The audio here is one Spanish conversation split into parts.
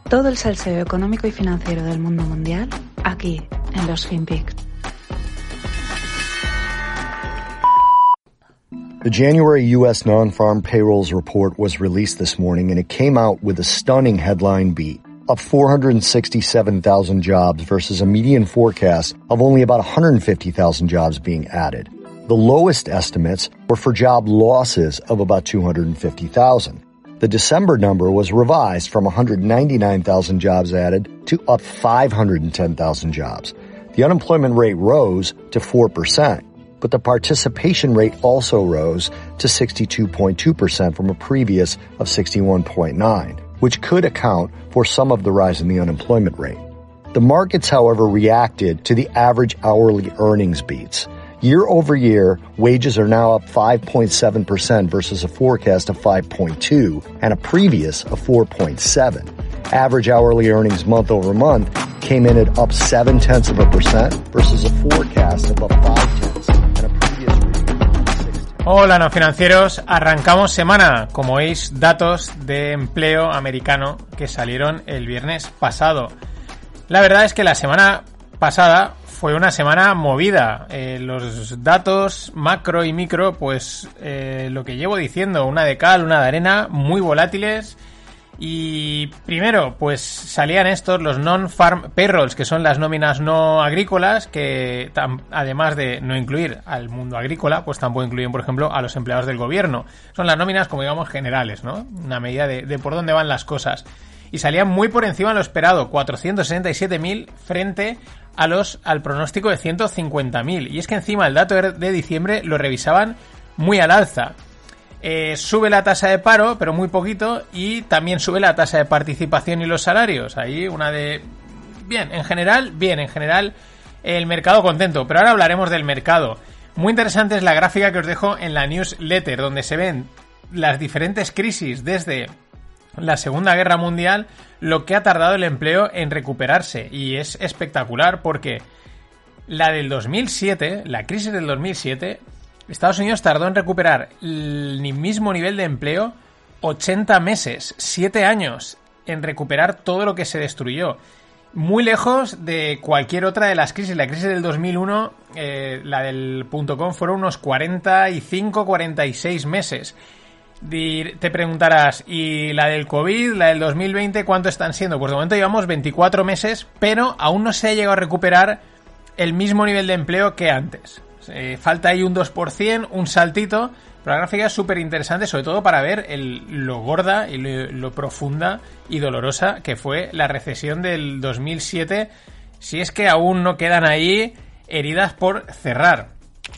Todo el salseo económico y financiero del mundo mundial, aquí, en los FinPix. The January U.S. non-farm payrolls report was released this morning, and it came out with a stunning headline beat, up 467,000 jobs versus a median forecast of only about 150,000 jobs being added. The lowest estimates were for job losses of about 250,000. The December number was revised from 199,000 jobs added to up 510,000 jobs. The unemployment rate rose to 4%. But the participation rate also rose to 62.2% from a previous of 61.9%, which could account for some of the rise in the unemployment rate. The markets, however, reacted to the average hourly earnings beats. Year over year, wages are now up 5.7% versus a forecast of 5.2% and a previous of 4.7%. Average hourly earnings month over month came in at up 0.7% versus a forecast of up 0.5%. Hola no financieros, arrancamos semana, como veis, datos de empleo americano que salieron el viernes pasado. La verdad es que la semana pasada fue una semana movida, los datos macro y micro, pues lo que llevo diciendo, una de cal, una de arena, muy volátiles. Y primero, pues salían estos, los non-farm payrolls, que son las nóminas no agrícolas, que además de no incluir al mundo agrícola, pues tampoco incluyen, por ejemplo, a los empleados del gobierno. Son las nóminas, como digamos, generales, ¿no? Una medida de por dónde van las cosas. Y salían muy por encima de lo esperado, 467.000 frente al pronóstico de 150.000. Y es que encima el dato de diciembre lo revisaban muy al alza. Sube la tasa de paro, pero muy poquito, y también sube la tasa de participación y los salarios. Ahí una de... Bien, en general, el mercado contento. Pero ahora hablaremos del mercado. Muy interesante es la gráfica que os dejo en la newsletter, donde se ven las diferentes crisis desde la Segunda Guerra Mundial, lo que ha tardado el empleo en recuperarse. Y es espectacular porque la del 2007, la crisis del 2007... Estados Unidos tardó en recuperar el mismo nivel de empleo 80 meses, 7 años en recuperar todo lo que se destruyó. Muy lejos de cualquier otra de las crisis. La crisis del 2001, la del .com, fueron unos 45, 46 meses. Te preguntarás, ¿y la del COVID, la del 2020, cuánto están siendo? Pues de momento llevamos 24 meses, pero aún no se ha llegado a recuperar el mismo nivel de empleo que antes. Falta ahí un 2%, un saltito, pero la gráfica es súper interesante, sobre todo para ver lo gorda y lo profunda y dolorosa que fue la recesión del 2007, si es que aún no quedan ahí heridas por cerrar.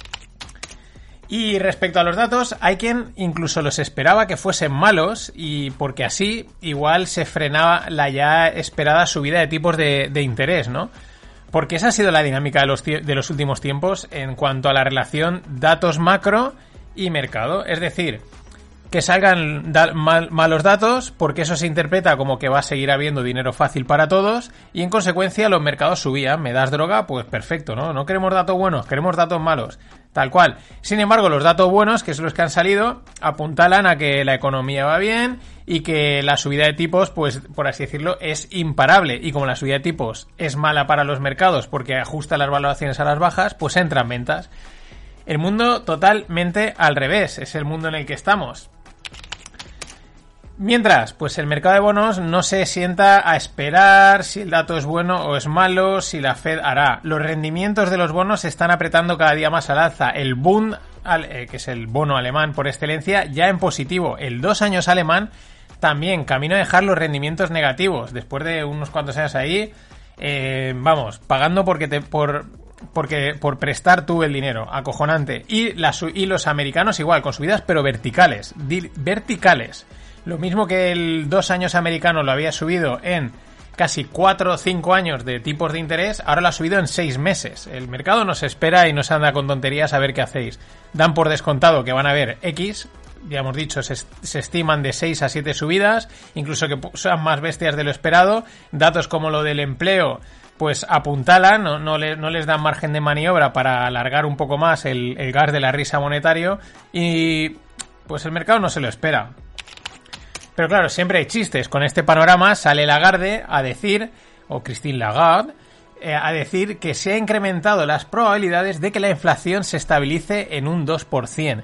Y respecto a los datos, hay quien incluso los esperaba que fuesen malos, y porque así igual se frenaba la ya esperada subida de tipos de interés, ¿no? Porque esa ha sido la dinámica de los últimos tiempos en cuanto a la relación datos macro y mercado. Es decir, que salgan malos datos porque eso se interpreta como que va a seguir habiendo dinero fácil para todos y en consecuencia los mercados subían. ¿Me das droga? Pues perfecto, ¿no? No queremos datos buenos, queremos datos malos. Tal cual. Sin embargo, los datos buenos, que son los que han salido, apuntalan a que la economía va bien y que la subida de tipos, pues por así decirlo, es imparable. Y como la subida de tipos es mala para los mercados porque ajusta las valoraciones a las bajas, pues entran ventas. El mundo totalmente al revés, es el mundo en el que estamos. Mientras, pues el mercado de bonos no se sienta a esperar si el dato es bueno o es malo, si la Fed hará. Los rendimientos de los bonos se están apretando cada día más al alza. El Bund, que es el bono alemán por excelencia, ya en positivo. El 2 años alemán también camino a dejar los rendimientos negativos. Después de unos cuantos años ahí, pagando por prestar tú el dinero. Acojonante. Y los americanos igual, con subidas pero verticales. Verticales. Lo mismo que el 2 años americano lo había subido en casi 4 o 5 años de tipos de interés, ahora lo ha subido en 6 meses. El mercado nos espera y no se anda con tonterías a ver qué hacéis. Dan por descontado que van a haber X, ya hemos dicho, se estiman de 6 a 7 subidas, incluso que sean más bestias de lo esperado. Datos como lo del empleo, pues apuntalan, no les dan margen de maniobra para alargar un poco más el gas de la risa monetario y pues el mercado no se lo espera. Pero claro, siempre hay chistes. Con este panorama sale Lagarde a decir, o Christine Lagarde, a decir que se ha incrementado las probabilidades de que la inflación se estabilice en un 2%.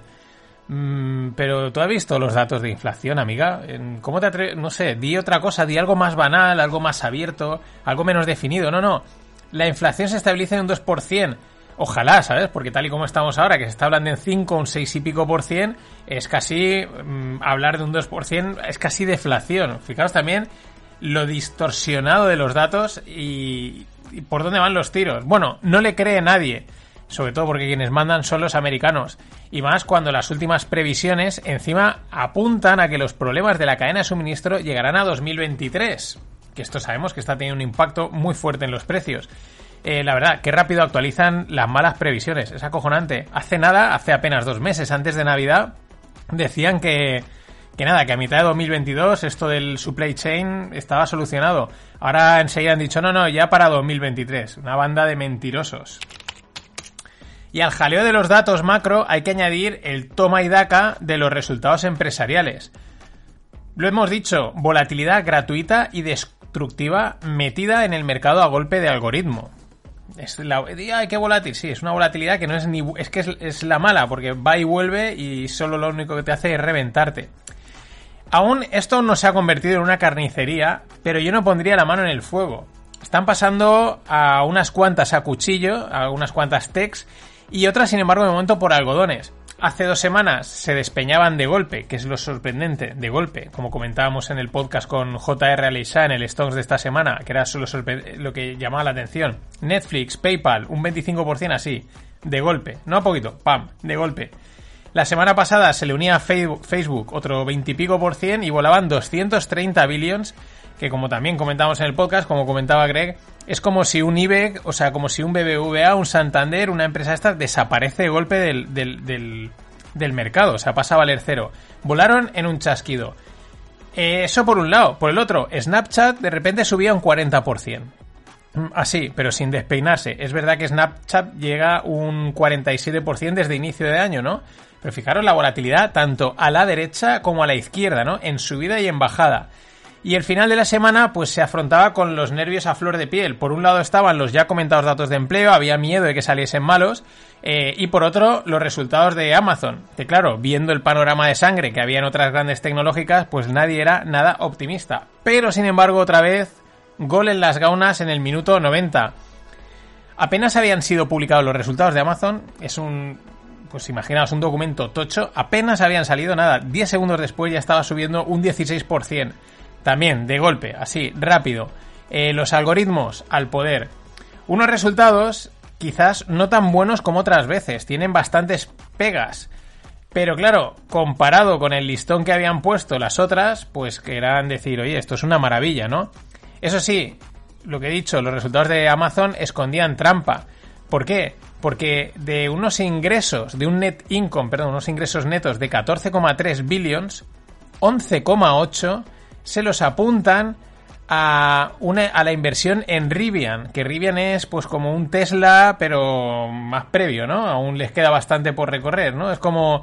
Pero ¿tú has visto los datos de inflación, amiga? ¿Cómo te atreves? No sé, di otra cosa, di algo más banal, algo más abierto, algo menos definido. No. La inflación se estabiliza en un 2%. Ojalá, ¿sabes? Porque tal y como estamos ahora, que se está hablando en 5, un 6 y pico por cien, es casi, hablar de un 2%, es casi deflación. Fijaos también lo distorsionado de los datos y por dónde van los tiros. Bueno, no le cree nadie, sobre todo porque quienes mandan son los americanos. Y más cuando las últimas previsiones encima apuntan a que los problemas de la cadena de suministro llegarán a 2023. Que esto sabemos que está teniendo un impacto muy fuerte en los precios. La verdad, qué rápido actualizan las malas previsiones. Es acojonante. Hace apenas 2 meses, antes de Navidad, decían que a mitad de 2022 esto del supply chain estaba solucionado. Ahora enseguida han dicho, no, ya para 2023. Una banda de mentirosos. Y al jaleo de los datos macro hay que añadir el toma y daca de los resultados empresariales. Lo hemos dicho, volatilidad gratuita y destructiva metida en el mercado a golpe de algoritmo. ¡Ay, qué volátil! Sí, es una volatilidad que no es ni... Es que es la mala, porque va y vuelve y solo lo único que te hace es reventarte. Aún esto no se ha convertido en una carnicería, pero yo no pondría la mano en el fuego. Están pasando a unas cuantas a cuchillo, a unas cuantas techs, y otras, sin embargo, de momento por algodones. Hace 2 semanas se despeñaban de golpe, que es lo sorprendente, de golpe, como comentábamos en el podcast con J.R. Aleisá en el Stocks de esta semana, que era lo que llamaba la atención. Netflix, PayPal, un 25% así, de golpe, no a poquito, pam, de golpe. La semana pasada se le unía a Facebook otro 20 y pico % y volaban 230 billions, que como también comentamos en el podcast, como comentaba Greg, es como si un IBEX, o sea, como si un BBVA, un Santander, una empresa esta desaparece de golpe del mercado, o sea, pasa a valer cero. Volaron en un chasquido. Eso por un lado. Por el otro, Snapchat de repente subía un 40%. Así, pero sin despeinarse. Es verdad que Snapchat llega un 47% desde inicio de año, ¿no? Pero fijaros la volatilidad tanto a la derecha como a la izquierda, ¿no? En subida y en bajada. Y el final de la semana pues se afrontaba con los nervios a flor de piel. Por un lado estaban los ya comentados datos de empleo, había miedo de que saliesen malos, y por otro los resultados de Amazon, que claro, viendo el panorama de sangre que había en otras grandes tecnológicas, pues nadie era nada optimista. Pero sin embargo otra vez, gol en las gaunas en el minuto 90. Apenas habían sido publicados los resultados de Amazon, pues imaginaos un documento tocho, apenas habían salido nada, 10 segundos después ya estaba subiendo un 16%. También, de golpe, así, rápido. Los algoritmos al poder. Unos resultados quizás no tan buenos como otras veces. Tienen bastantes pegas. Pero claro, comparado con el listón que habían puesto las otras, pues querrán decir, oye, esto es una maravilla, ¿no? Eso sí, lo que he dicho, los resultados de Amazon escondían trampa. ¿Por qué? Porque de unos ingresos, de un net income, unos ingresos netos de 14,3 billions, 11,8 se los apuntan a la inversión en Rivian, que Rivian es pues como un Tesla, pero más previo, ¿no? Aún les queda bastante por recorrer, ¿no? Es como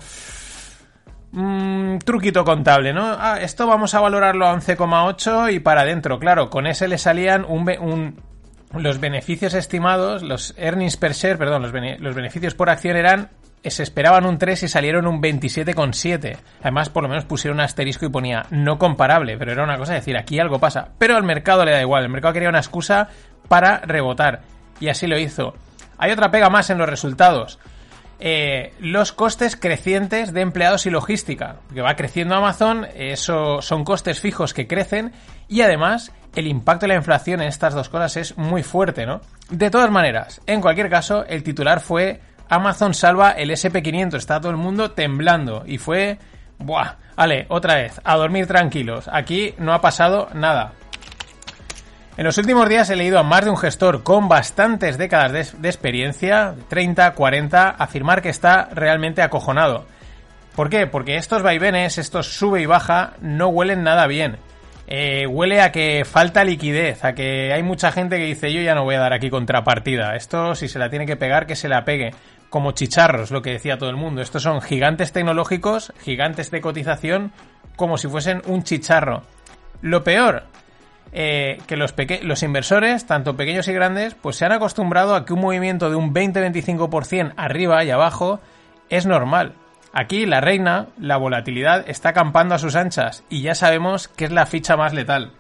truquito contable, ¿no? Esto vamos a valorarlo a 11,8 y para adentro. Claro, con ese le salían los beneficios estimados, los earnings per share, los beneficios por acción se esperaban un 3 y salieron un 27,7. Además, por lo menos pusieron un asterisco y ponía no comparable, pero era una cosa de decir, aquí algo pasa. Pero al mercado le da igual, el mercado quería una excusa para rebotar, y así lo hizo. Hay otra pega más en los resultados. Los costes crecientes de empleados y logística, que va creciendo Amazon, eso son costes fijos que crecen, y además el impacto de la inflación en estas dos cosas es muy fuerte, ¿no? De todas maneras, en cualquier caso, el titular fue Amazon salva el SP500, está todo el mundo temblando y fue, ¡buah! Vale, otra vez, a dormir tranquilos, aquí no ha pasado nada. En los últimos días he leído a más de un gestor con bastantes décadas de experiencia, 30, 40, afirmar que está realmente acojonado. ¿Por qué? Porque estos vaivenes, estos sube y baja, no huelen nada bien. Huele a que falta liquidez, a que hay mucha gente que dice yo ya no voy a dar aquí contrapartida, esto si se la tiene que pegar que se la pegue, como chicharros, lo que decía todo el mundo. Estos son gigantes tecnológicos, gigantes de cotización, como si fuesen un chicharro. Lo peor, que los inversores, tanto pequeños y grandes, pues se han acostumbrado a que un movimiento de un 20-25% arriba y abajo es normal. Aquí la reina, la volatilidad, está acampando a sus anchas y ya sabemos que es la ficha más letal.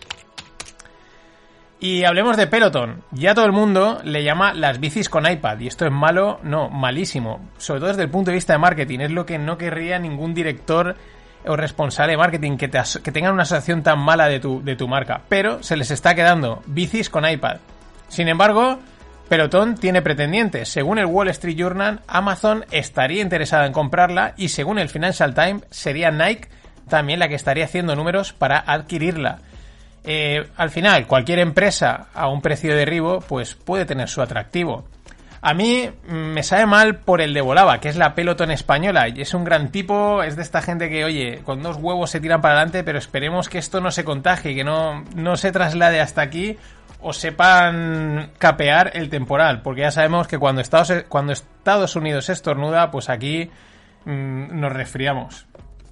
Y hablemos de Peloton. Ya todo el mundo le llama las bicis con iPad. Y esto es malo, no, malísimo. Sobre todo desde el punto de vista de marketing. Es lo que no querría ningún director o responsable de marketing, que tengan una asociación tan mala de tu marca. Pero se les está quedando bicis con iPad. Sin embargo, Peloton tiene pretendientes. Según el Wall Street Journal, Amazon estaría interesada en comprarla. Y según el Financial Times, sería Nike también la que estaría haciendo números para adquirirla. Al final, cualquier empresa a un precio de derribo, pues puede tener su atractivo. A mí me sabe mal por el de Volava, que es la Peloton española. Es un gran tipo, es de esta gente que, oye, con 2 huevos se tiran para adelante, pero esperemos que esto no se contagie, que no se traslade hasta aquí o sepan capear el temporal, porque ya sabemos que cuando Estados Unidos estornuda, pues aquí nos resfriamos.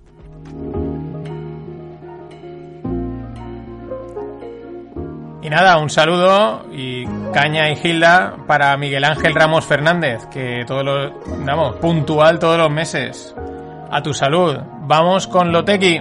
Y nada, un saludo y caña y gilda para Miguel Ángel Ramos Fernández, que puntual todos los meses. A tu salud. Vamos con lo tequi.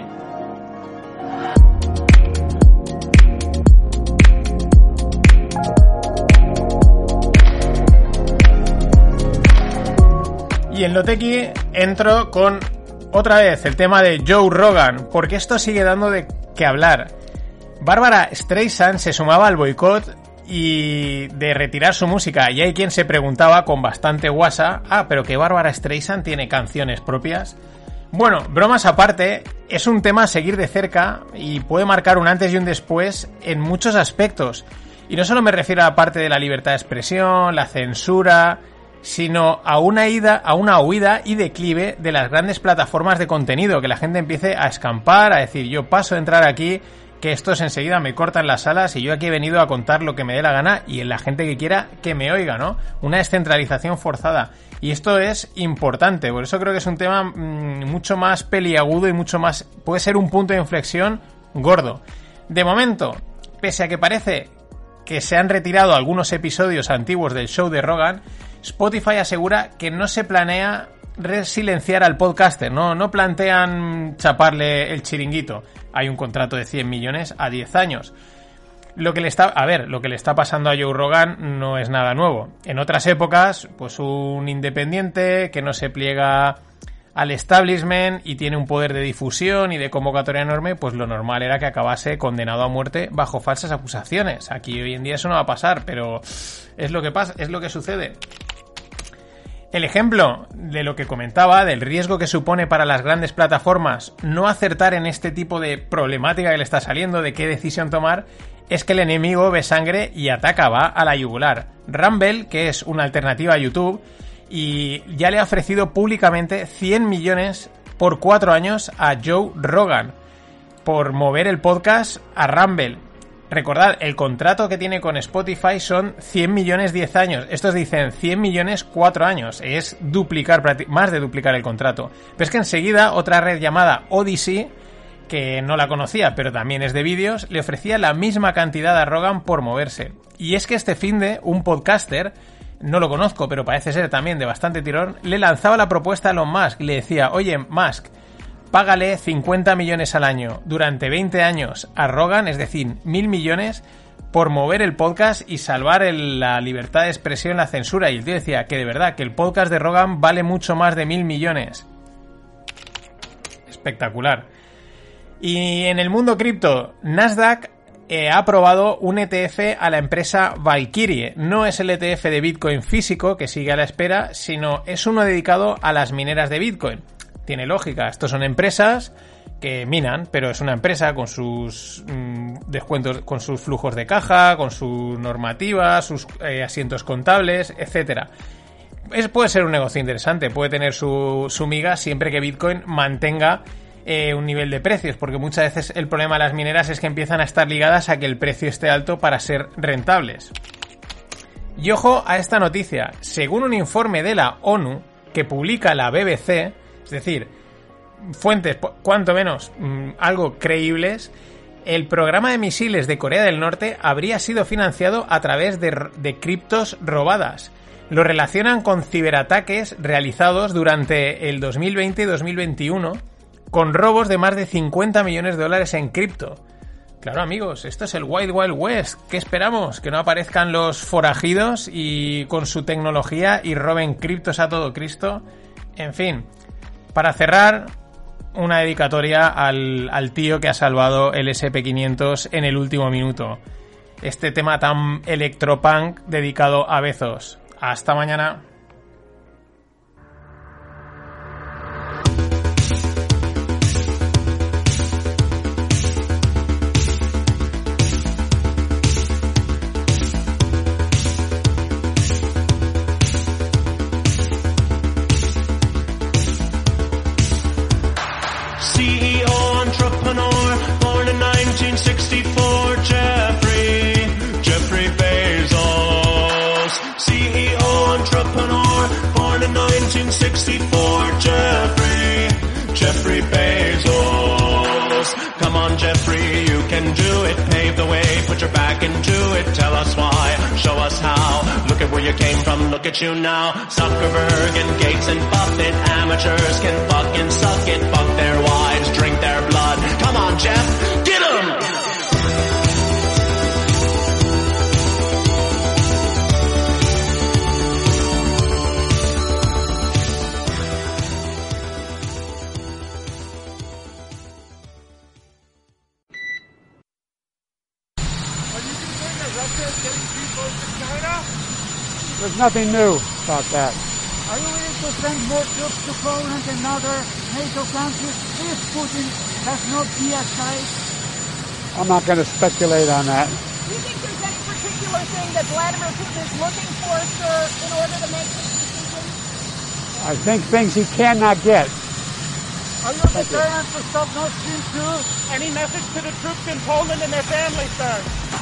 Y en lo tequi entro con otra vez el tema de Joe Rogan, porque esto sigue dando de qué hablar. Bárbara Streisand se sumaba al boicot y de retirar su música, y hay quien se preguntaba con bastante guasa, pero que Bárbara Streisand tiene canciones propias. Bueno, bromas aparte, es un tema a seguir de cerca y puede marcar un antes y un después en muchos aspectos. Y no solo me refiero a la parte de la libertad de expresión, la censura, sino a una huida y declive de las grandes plataformas de contenido, que la gente empiece a escampar, a decir, yo paso de entrar aquí, que estos enseguida me cortan las alas y yo aquí he venido a contar lo que me dé la gana y la gente que quiera que me oiga, ¿no? Una descentralización forzada. Y esto es importante, por eso creo que es un tema mucho más peliagudo y mucho más... puede ser un punto de inflexión gordo. De momento, pese a que parece que se han retirado algunos episodios antiguos del show de Rogan, Spotify asegura que no se planea silenciar al podcaster, no plantean chaparle el chiringuito. Hay un contrato de 100 millones a 10 años. Lo que le está pasando a Joe Rogan no es nada nuevo. En otras épocas, pues un independiente que no se pliega al establishment y tiene un poder de difusión y de convocatoria enorme, pues lo normal era que acabase condenado a muerte bajo falsas acusaciones. Aquí hoy en día eso no va a pasar, pero es lo que pasa, es lo que sucede. El ejemplo de lo que comentaba, del riesgo que supone para las grandes plataformas no acertar en este tipo de problemática que le está saliendo, de qué decisión tomar, es que el enemigo ve sangre y ataca, va a la yugular. Rumble, que es una alternativa a YouTube, y ya le ha ofrecido públicamente 100 millones por 4 años a Joe Rogan por mover el podcast a Rumble. Recordad, el contrato que tiene con Spotify son 100 millones 10 años. Estos dicen 100 millones 4 años. Es más de duplicar el contrato. Pero es que enseguida otra red llamada Odyssey, que no la conocía, pero también es de vídeos, le ofrecía la misma cantidad a Rogan por moverse. Y es que este finde, un podcaster, no lo conozco, pero parece ser también de bastante tirón, le lanzaba la propuesta a Elon Musk. Le decía, oye, Musk, págale 50 millones al año durante 20 años a Rogan, es decir, 1.000 millones, por mover el podcast y salvar la libertad de expresión, la censura. Y el tío decía que de verdad, que el podcast de Rogan vale mucho más de 1.000 millones. Espectacular. Y en el mundo cripto, Nasdaq ha aprobado un ETF a la empresa Valkyrie. No es el ETF de Bitcoin físico, que sigue a la espera, sino es uno dedicado a las mineras de Bitcoin. Tiene lógica, estos son empresas que minan, pero es una empresa con sus descuentos, con sus flujos de caja, con su normativa, sus asientos contables, etcétera. Puede ser un negocio interesante, puede tener su miga siempre que Bitcoin mantenga un nivel de precios, porque muchas veces el problema de las mineras es que empiezan a estar ligadas a que el precio esté alto para ser rentables. Y ojo a esta noticia, según un informe de la ONU que publica la BBC, es decir, fuentes, cuanto menos, algo creíbles, el programa de misiles de Corea del Norte habría sido financiado a través de criptos robadas. Lo relacionan con ciberataques realizados durante el 2020 y 2021 con robos de más de $50 millones en cripto. Claro, amigos, esto es el Wild Wild West. ¿Qué esperamos? ¿Que no aparezcan los forajidos y con su tecnología y roben criptos a todo Cristo? En fin, para cerrar, una dedicatoria al tío que ha salvado el SP500 en el último minuto. Este tema tan electropunk dedicado a Bezos. Hasta mañana. CEO, entrepreneur, born in 1964, Jeffrey Bezos. CEO, entrepreneur, born in 1964, Jeffrey Bezos. Come on, Jeffrey, you can do it. Pave the way, put your back into it. Tell us why, show us how. Look at where you came from, look at you now. Zuckerberg and Gates and Buffett, amateurs can fucking suck it. Fuck their wives, drink their blood. Come on, Jeff, get 'em! There's nothing new about that. Are you willing to send more troops to Poland and other NATO countries if Putin does not de-escalate? I'm not going to speculate on that. Do you think there's any particular thing that Vladimir Putin is looking for, sir, in order to make this decision? I think things he cannot get. Are you preparing to stop Nord Stream 2? Any message to the troops in Poland and their families, sir?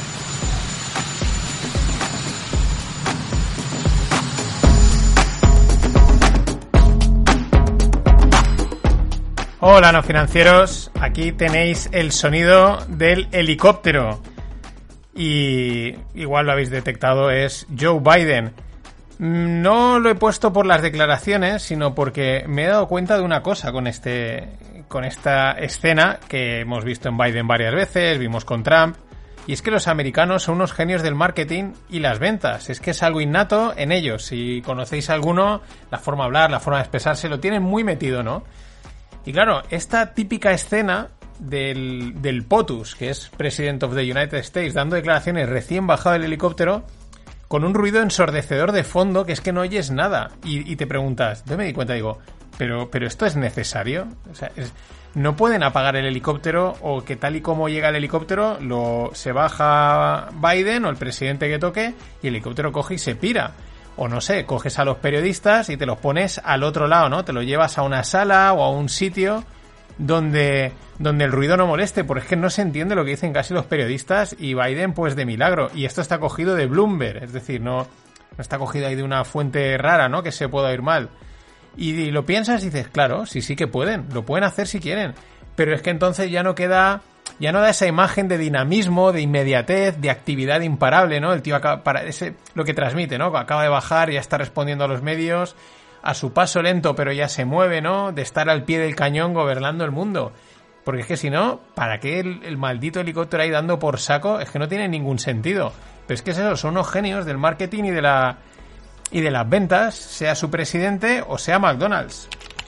Hola, no financieros, aquí tenéis el sonido del helicóptero y igual lo habéis detectado, es Joe Biden. No lo he puesto por las declaraciones, sino porque me he dado cuenta de una cosa con esta escena que hemos visto en Biden varias veces, vimos con Trump, y es que los americanos son unos genios del marketing y las ventas, es que es algo innato en ellos. Si conocéis a alguno, la forma de hablar, la forma de expresarse, lo tienen muy metido, ¿no? Y claro, esta típica escena del POTUS, que es President of the United States, dando declaraciones recién bajado del helicóptero, con un ruido ensordecedor de fondo que es que no oyes nada. Y te preguntas, yo me di cuenta, digo, ¿pero esto es necesario? O sea, no pueden apagar el helicóptero, o que tal y como llega el helicóptero, se baja Biden o el presidente que toque y el helicóptero coge y se pira. O no sé, coges a los periodistas y te los pones al otro lado, ¿no? Te los llevas a una sala o a un sitio donde el ruido no moleste, porque es que no se entiende lo que dicen casi los periodistas, y Biden pues de milagro. Y esto está cogido de Bloomberg, es decir, no está cogido ahí de una fuente rara, ¿no? Que se pueda oír mal. Y lo piensas y dices, claro, sí que pueden, lo pueden hacer si quieren. Pero es que entonces ya no da esa imagen de dinamismo, de inmediatez, de actividad imparable, ¿no? El tío lo que transmite, ¿no? Acaba de bajar, ya está respondiendo a los medios, a su paso lento, pero ya se mueve, ¿no? De estar al pie del cañón gobernando el mundo. Porque es que si no, ¿para qué el maldito helicóptero ahí dando por saco? Es que no tiene ningún sentido. Pero es que eso, son unos genios del marketing y de las ventas, sea su presidente o sea McDonald's.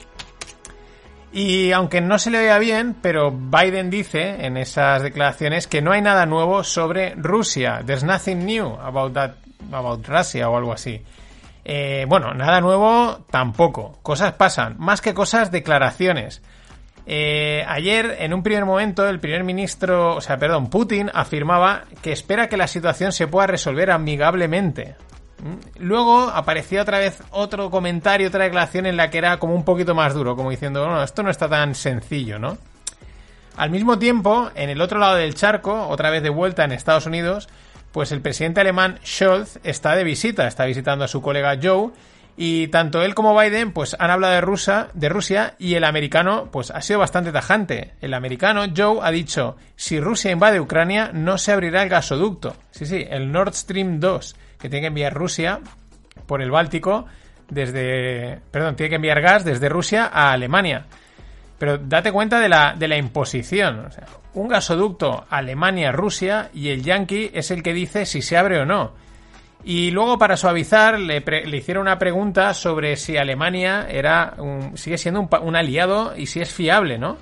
Y aunque no se le vea bien, pero Biden dice en esas declaraciones que no hay nada nuevo sobre Rusia. There's nothing new about Russia o algo así. Bueno, nada nuevo tampoco. Cosas pasan. Más que cosas, declaraciones. Ayer, en un primer momento, Putin afirmaba que espera que la situación se pueda resolver amigablemente. Luego aparecía otra vez otro comentario, otra declaración en la que era como un poquito más duro, como diciendo, no, esto no está tan sencillo, ¿no? Al mismo tiempo, en el otro lado del charco, otra vez de vuelta en Estados Unidos, pues el presidente alemán Scholz está de visita, está visitando a su colega Joe, Y tanto él como Biden pues han hablado de Rusia y el americano pues ha sido bastante tajante. El americano, Joe, ha dicho: si Rusia invade Ucrania no se abrirá el gasoducto. Sí, el Nord Stream 2, que tiene que enviar Rusia por el Báltico tiene que enviar gas desde Rusia a Alemania. Pero date cuenta de la imposición. O sea, un gasoducto Alemania-Rusia y el yanqui es el que dice si se abre o no. Y luego, para suavizar, le hicieron una pregunta sobre si Alemania sigue siendo un aliado y si es fiable, ¿no?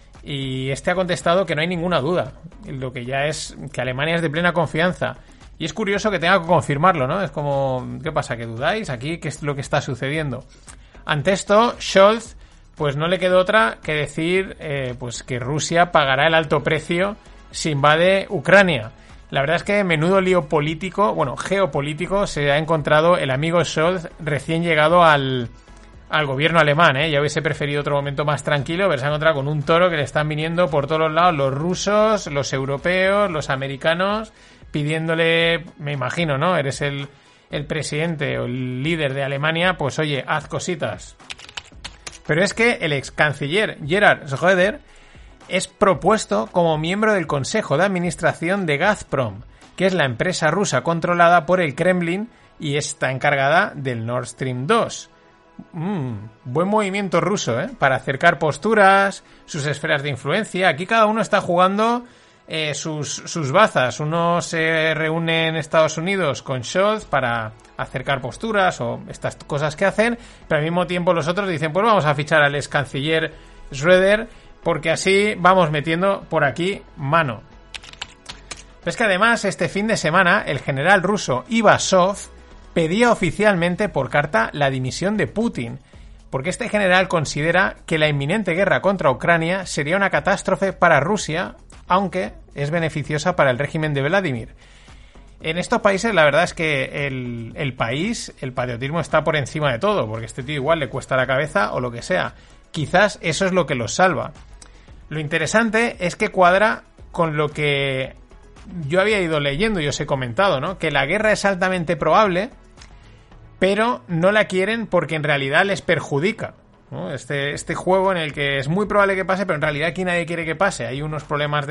Y este ha contestado que no hay ninguna duda. Lo que ya es que Alemania es de plena confianza. Y es curioso que tenga que confirmarlo, ¿no? Es como, ¿qué pasa? ¿Que dudáis? ¿Aquí qué es lo que está sucediendo? Ante esto, Scholz pues no le quedó otra que decir pues que Rusia pagará el alto precio si invade Ucrania. La verdad es que menudo lío geopolítico se ha encontrado el amigo Scholz recién llegado al gobierno alemán, ¿eh? Ya hubiese preferido otro momento más tranquilo, pero se ha encontrado con un toro que le están viniendo por todos los lados, los rusos, los europeos, los americanos, pidiéndole, me imagino, ¿no? Eres el presidente o el líder de Alemania, pues oye, haz cositas. Pero es que el ex canciller Gerhard Schröder es propuesto como miembro del Consejo de Administración de Gazprom, que es la empresa rusa controlada por el Kremlin y está encargada del Nord Stream 2. Buen movimiento ruso, para acercar posturas, sus esferas de influencia. Aquí cada uno está jugando sus bazas. Uno se reúne en Estados Unidos con Scholz para acercar posturas o estas cosas que hacen, pero al mismo tiempo los otros dicen, pues vamos a fichar al ex canciller Schröder, porque así vamos metiendo por aquí mano. Pero es que además este fin de semana el general ruso Ivasov pedía oficialmente por carta la dimisión de Putin, porque este general considera que la inminente guerra contra Ucrania sería una catástrofe para Rusia, aunque es beneficiosa para el régimen de Vladimir. En estos países la verdad es que el patriotismo está por encima de todo, porque a este tío igual le cuesta la cabeza o lo que sea. Quizás eso es lo que los salva. Lo interesante es que cuadra con lo que yo había ido leyendo y os he comentado, ¿no? Que la guerra es altamente probable, pero no la quieren porque en realidad les perjudica, ¿no? Este juego en el que es muy probable que pase, pero en realidad aquí nadie quiere que pase. Hay unos problemas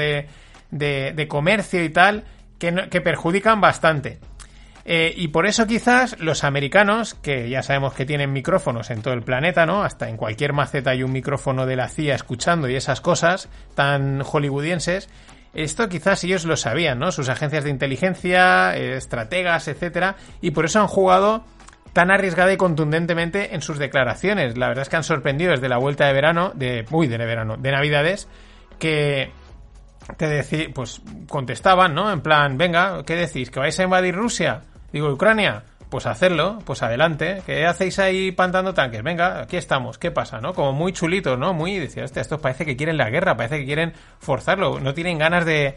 de comercio y tal que perjudican bastante. Y por eso quizás los americanos, que ya sabemos que tienen micrófonos en todo el planeta, ¿no? Hasta en cualquier maceta hay un micrófono de la CIA escuchando y esas cosas tan hollywoodienses. Esto quizás ellos lo sabían, ¿no? Sus agencias de inteligencia, estrategas, etcétera, y por eso han jugado tan arriesgada y contundentemente en sus declaraciones. La verdad es que han sorprendido desde la vuelta de Navidades, que pues contestaban, ¿no? En plan, venga, ¿qué decís? ¿Que vais a invadir Rusia? Digo, Ucrania, pues hacerlo, pues adelante. ¿Qué hacéis ahí plantando tanques? Venga, aquí estamos, ¿qué pasa, no? Como muy chulitos, ¿no? Muy, decía, hostia, estos parece que quieren la guerra, parece que quieren forzarlo, no tienen ganas de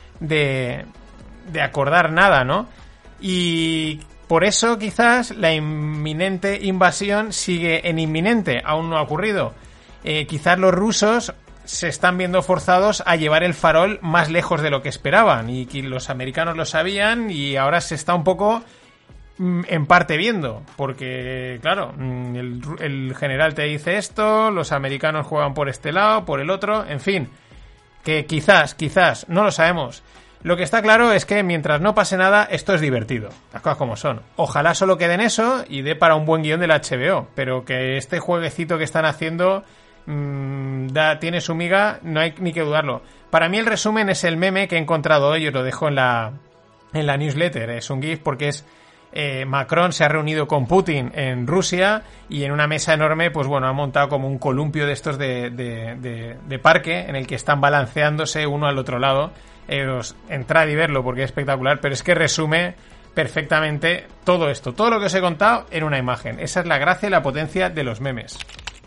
acordar nada, ¿no? Y por eso quizás la inminente invasión sigue en inminente, aún no ha ocurrido. Quizás los rusos se están viendo forzados a llevar el farol más lejos de lo que esperaban, y que los americanos lo sabían y ahora se está un poco en parte viendo, porque claro, el general te dice esto, los americanos juegan por este lado, por el otro, en fin, que quizás, no lo sabemos. Lo que está claro es que mientras no pase nada, esto es divertido, las cosas como son. Ojalá solo quede en eso y dé para un buen guión de la HBO, pero que este jueguecito que están haciendo tiene su miga, no hay ni que dudarlo. Para mí el resumen es el meme que he encontrado hoy, os lo dejo en la newsletter. Es un GIF porque es Macron se ha reunido con Putin en Rusia y en una mesa enorme, pues bueno, ha montado como un columpio de estos de parque en el que están balanceándose uno al otro lado. Entrad y verlo porque es espectacular, pero es que resume perfectamente todo esto, todo lo que os he contado en una imagen. Esa es la gracia y la potencia de los memes.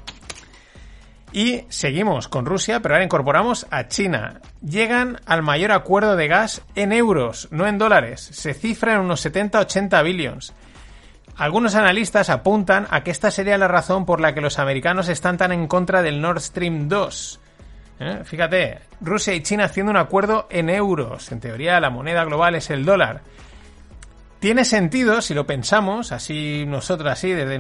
Y seguimos con Rusia, pero ahora incorporamos a China. Llegan al mayor acuerdo de gas en euros, no en dólares. Se cifra en unos 70-80 billions. Algunos analistas apuntan a que esta sería la razón por la que los americanos están tan en contra del Nord Stream 2. Fíjate, Rusia y China haciendo un acuerdo en euros. En teoría la moneda global es el dólar. tiene sentido si lo pensamos, así nosotros, así desde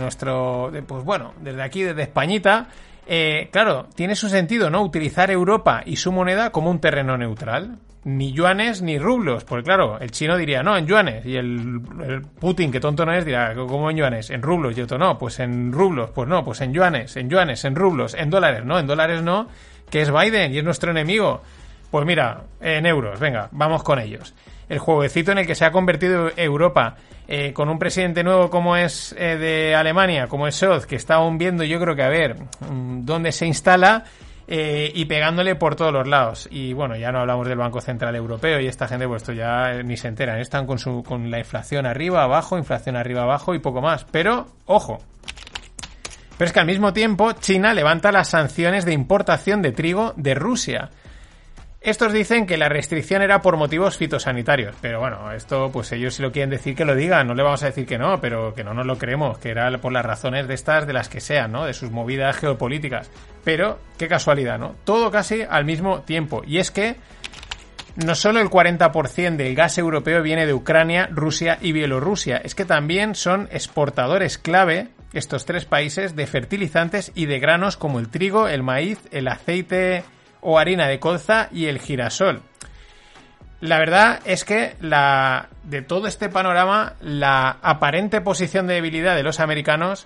desde aquí, desde Españita. Claro, tiene su sentido, ¿no? Utilizar Europa y su moneda como un terreno neutral. Ni yuanes ni rublos, porque claro, el chino diría, no, en yuanes, y el Putin, que tonto no es, dirá, ¿cómo en yuanes? En rublos, y otro, no, pues en rublos, pues no, pues en yuanes, en rublos, en dólares no, que es Biden y es nuestro enemigo. Pues mira, en euros, venga, vamos con ellos. El jueguecito en el que se ha convertido Europa, con un presidente nuevo como es de Alemania, como es Scholz, que está aún viendo, yo creo que a ver dónde se instala, y pegándole por todos los lados. Y bueno, ya no hablamos del Banco Central Europeo y esta gente, pues esto ya ni se enteran, están con la inflación arriba, abajo y poco más. Pero, ojo, pero es que al mismo tiempo China levanta las sanciones de importación de trigo de Rusia. Estos dicen que la restricción era por motivos fitosanitarios, pero bueno, esto pues ellos si lo quieren decir que lo digan, no le vamos a decir que no, pero que no nos lo creemos, que era por las razones de las que sean, ¿no? De sus movidas geopolíticas. Pero, qué casualidad, ¿no? Todo casi al mismo tiempo. Y es que no solo el 40% del gas europeo viene de Ucrania, Rusia y Bielorrusia, es que también son exportadores clave, estos tres países, de fertilizantes y de granos como el trigo, el maíz, el aceite o harina de colza y el girasol. La verdad es que de todo este panorama, la aparente posición de debilidad de los americanos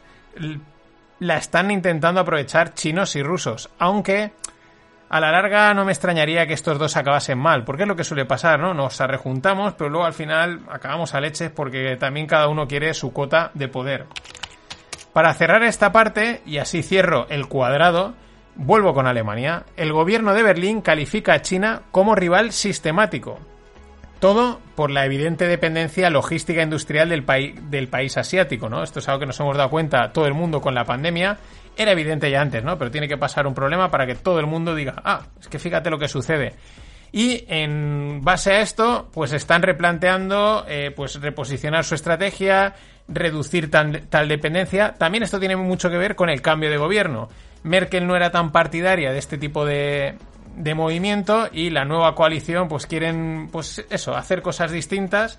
la están intentando aprovechar chinos y rusos, aunque a la larga no me extrañaría que estos dos acabasen mal, porque es lo que suele pasar, ¿no? Nos arrejuntamos, pero luego al final acabamos a leches porque también cada uno quiere su cuota de poder. Para cerrar esta parte, y así cierro el cuadrado, vuelvo con Alemania. El gobierno de Berlín califica a China como rival sistemático. Todo por la evidente dependencia logística industrial del país asiático, ¿no? Esto es algo que nos hemos dado cuenta todo el mundo con la pandemia. Era evidente ya antes, ¿no? Pero tiene que pasar un problema para que todo el mundo diga, es que fíjate lo que sucede. Y en base a esto, pues están replanteando, pues reposicionar su estrategia, reducir tal dependencia. También esto tiene mucho que ver con el cambio de gobierno. Merkel no era tan partidaria de este tipo de movimiento y la nueva coalición pues quieren pues eso, hacer cosas distintas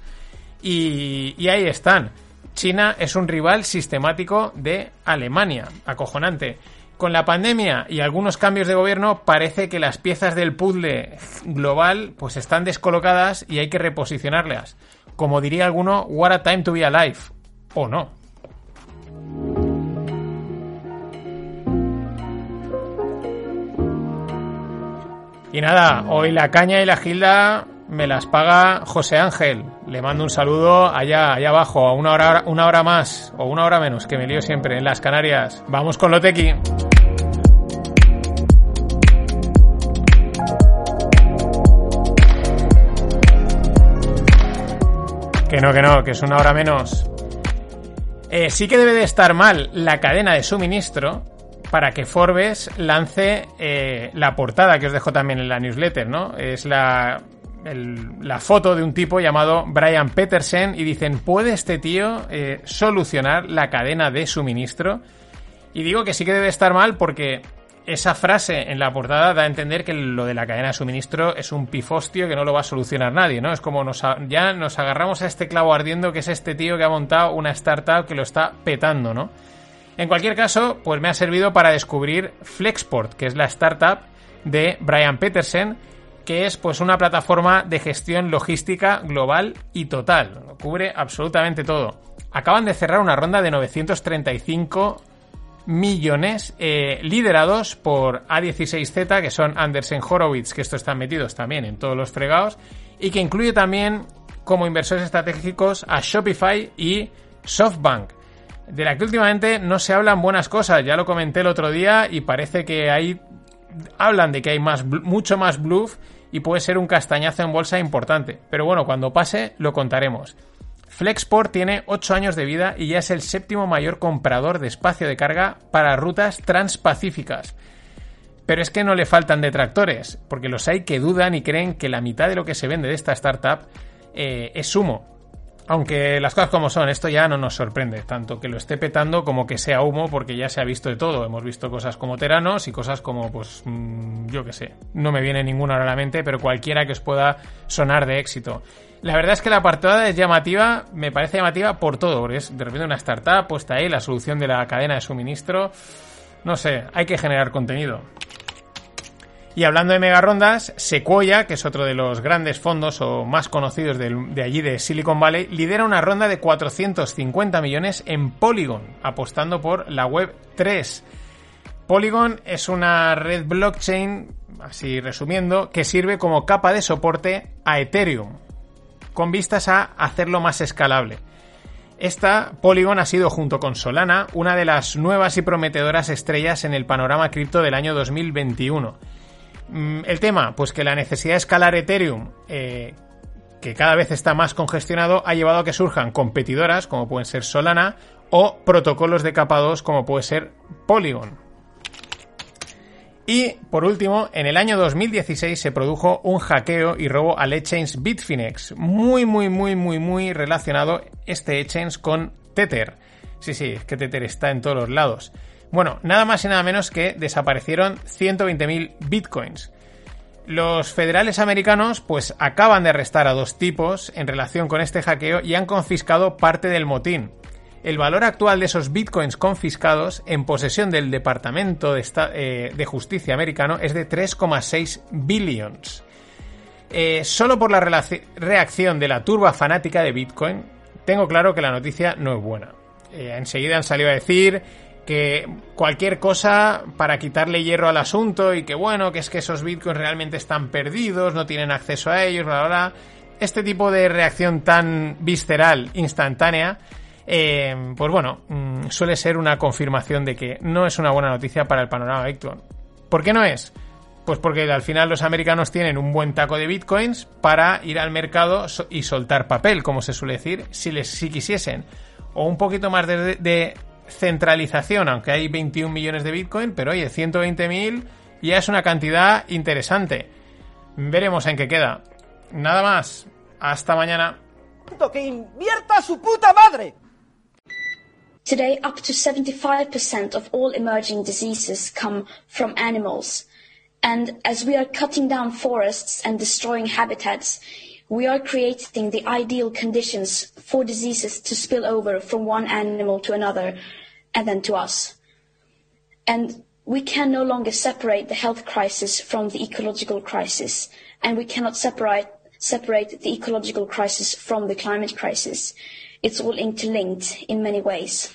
y ahí están. China es un rival sistemático de Alemania, acojonante. Con la pandemia y algunos cambios de gobierno parece que las piezas del puzzle global pues están descolocadas y hay que reposicionarlas. Como diría alguno, what a time to be alive. ¿O no? Y nada, hoy la caña y la gilda me las paga José Ángel. Le mando un saludo allá abajo, a una hora más o una hora menos, que me lío siempre en las Canarias. Vamos con lo tequi. Que no, que es una hora menos. Sí que debe de estar mal la cadena de suministro para que Forbes lance la portada que os dejo también en la newsletter, ¿no? Es la foto de un tipo llamado Brian Peterson y dicen, ¿puede este tío solucionar la cadena de suministro? Y digo que sí que debe estar mal porque esa frase en la portada da a entender que lo de la cadena de suministro es un pifostio que no lo va a solucionar nadie, ¿no? Es como ya nos agarramos a este clavo ardiendo que es este tío que ha montado una startup que lo está petando, ¿no? En cualquier caso, pues me ha servido para descubrir Flexport, que es la startup de Brian Peterson, que es pues una plataforma de gestión logística global y total. Cubre absolutamente todo. Acaban de cerrar una ronda de 935 millones liderados por A16Z, que son Andersen Horowitz, que estos están metidos también en todos los fregados, y que incluye también como inversores estratégicos a Shopify y SoftBank, de la que últimamente no se hablan buenas cosas. Ya lo comenté el otro día y parece que hablan de que hay mucho más bluff y puede ser un castañazo en bolsa importante. Pero bueno, cuando pase lo contaremos. Flexport tiene 8 años de vida y ya es el 7º mayor comprador de espacio de carga para rutas transpacíficas. Pero es que no le faltan detractores, porque los hay que dudan y creen que la mitad de lo que se vende de esta startup es humo. Aunque las cosas como son, esto ya no nos sorprende, tanto que lo esté petando como que sea humo, porque ya se ha visto de todo. Hemos visto cosas como Teranos y cosas como, pues, yo qué sé, no me viene ninguna ahora a la mente, pero cualquiera que os pueda sonar de éxito. La verdad es que la portada es llamativa, me parece llamativa por todo, porque es de repente una startup puesta ahí, la solución de la cadena de suministro. No sé, hay que generar contenido. Y hablando de megarondas, Sequoia, que es otro de los grandes fondos o más conocidos de allí de Silicon Valley, lidera una ronda de 450 millones en Polygon, apostando por la Web 3. Polygon es una red blockchain, así resumiendo, que sirve como capa de soporte a Ethereum, con vistas a hacerlo más escalable. Esta, Polygon, ha sido, junto con Solana, una de las nuevas y prometedoras estrellas en el panorama cripto del año 2021. El tema, pues que la necesidad de escalar Ethereum, que cada vez está más congestionado, ha llevado a que surjan competidoras, como pueden ser Solana, o protocolos de capa 2, como puede ser Polygon. Y, por último, en el año 2016 se produjo un hackeo y robo al exchange Bitfinex, muy relacionado este exchange con Tether. Sí, es que Tether está en todos los lados. Bueno, nada más y nada menos que desaparecieron 120.000 bitcoins. Los federales americanos pues acaban de arrestar a 2 tipos en relación con este hackeo y han confiscado parte del motín. El valor actual de esos bitcoins confiscados en posesión del Departamento de Justicia americano es de 3,6 billions. Solo por la reacción de la turba fanática de Bitcoin, tengo claro que la noticia no es buena. Enseguida han salido a decir que cualquier cosa para quitarle hierro al asunto y que bueno, que es que esos bitcoins realmente están perdidos, no tienen acceso a ellos, bla, bla, bla. Este tipo de reacción tan visceral, instantánea, pues bueno, suele ser una confirmación de que no es una buena noticia para el panorama Bitcoin. ¿Por qué no es? Pues porque al final los americanos tienen un buen taco de bitcoins para ir al mercado y soltar papel, como se suele decir, si quisiesen. O un poquito más de centralización, aunque hay 21 millones de Bitcoin, pero oye, 120.000 ya es una cantidad interesante. Veremos en qué queda. Nada más. Hasta mañana. ¡Que invierta su puta madre! Today, up to 75% of all emerging diseases come from animals. And as we are cutting down forests and destroying habitats, we are creating the ideal conditions for diseases to spill over from one animal to another and then to us. And we can no longer separate the health crisis from the ecological crisis, and we cannot separate the ecological crisis from the climate crisis. It's all interlinked in many ways.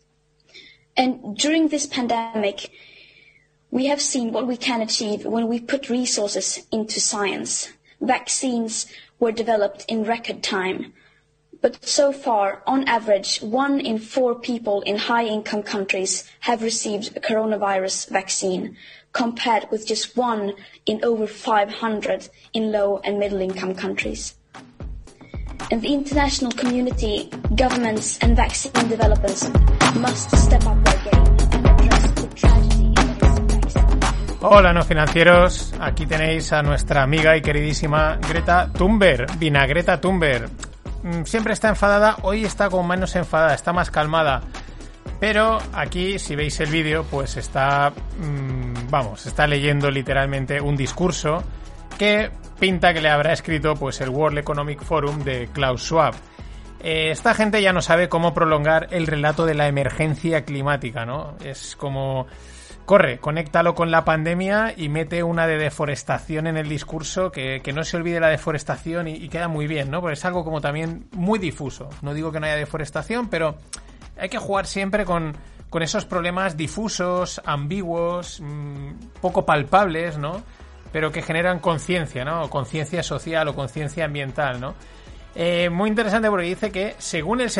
And during this pandemic, we have seen what we can achieve when we put resources into science. Vaccines were developed in record time. But so far, on average, 1 in 4 people in high-income countries have received a coronavirus vaccine, compared with just 1 in over 500 in low and middle-income countries. And the international community, governments and vaccine developers must step up their game and address the tragedy that is vaccine. Hola no financieros, aquí tenéis a nuestra amiga y queridísima Greta Thunberg, Vinagreta Thunberg. Siempre está enfadada, hoy está como menos enfadada, está más calmada. Pero aquí, si veis el vídeo, pues está, está leyendo literalmente un discurso que pinta que le habrá escrito pues el World Economic Forum de Klaus Schwab. Esta gente ya no sabe cómo prolongar el relato de la emergencia climática, ¿no? Es como... Corre, conéctalo con la pandemia y mete una de deforestación en el discurso, que no se olvide la deforestación y queda muy bien, ¿no? Porque es algo como también muy difuso. No digo que no haya deforestación, pero hay que jugar siempre con esos problemas difusos, ambiguos, poco palpables, ¿no? Pero que generan conciencia, ¿no? O conciencia social o conciencia ambiental, ¿no? Muy interesante porque dice que según dice,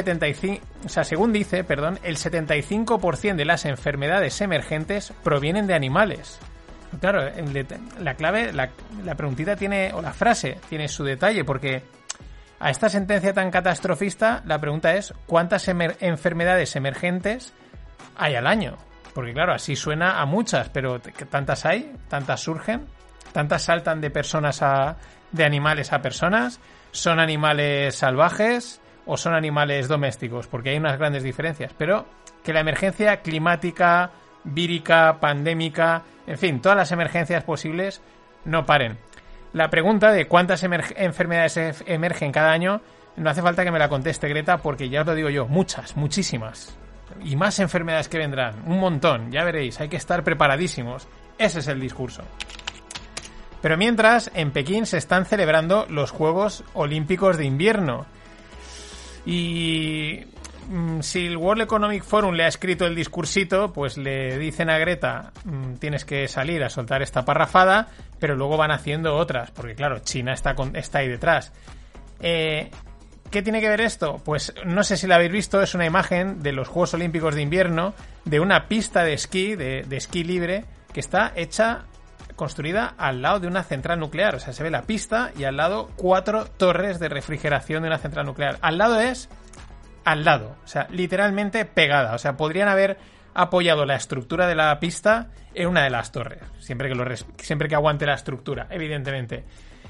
el 75% de las enfermedades emergentes provienen de animales. Claro, la clave, la preguntita tiene, o la frase tiene su detalle, porque a esta sentencia tan catastrofista la pregunta es ¿cuántas enfermedades emergentes hay al año? Porque claro, así suena a muchas, pero ¿tantas hay? ¿Tantas surgen? ¿Tantas saltan de animales a personas? ¿Son animales salvajes o son animales domésticos, porque hay unas grandes diferencias, pero que la emergencia climática, vírica, pandémica, en fin, todas las emergencias posibles no paren. La pregunta de cuántas enfermedades emergen cada año no hace falta que me la conteste Greta, porque ya os lo digo yo, muchas, muchísimas. Y más enfermedades que vendrán, un montón, ya veréis, hay que estar preparadísimos. Ese es el discurso. Pero mientras, en Pekín se están celebrando los Juegos Olímpicos de Invierno. Y si el World Economic Forum le ha escrito el discursito, pues le dicen a Greta, tienes que salir a soltar esta parrafada, pero luego van haciendo otras, porque claro, China está ahí detrás. ¿Qué tiene que ver esto? Pues no sé si la habéis visto, es una imagen de los Juegos Olímpicos de Invierno, de una pista de esquí, de esquí libre, que está construida al lado de una central nuclear. O sea, se ve la pista y al lado 4 torres de refrigeración de una central nuclear. Al lado, o sea, literalmente pegada. O sea, podrían haber apoyado la estructura de la pista en una de las torres, siempre que aguante la estructura, evidentemente.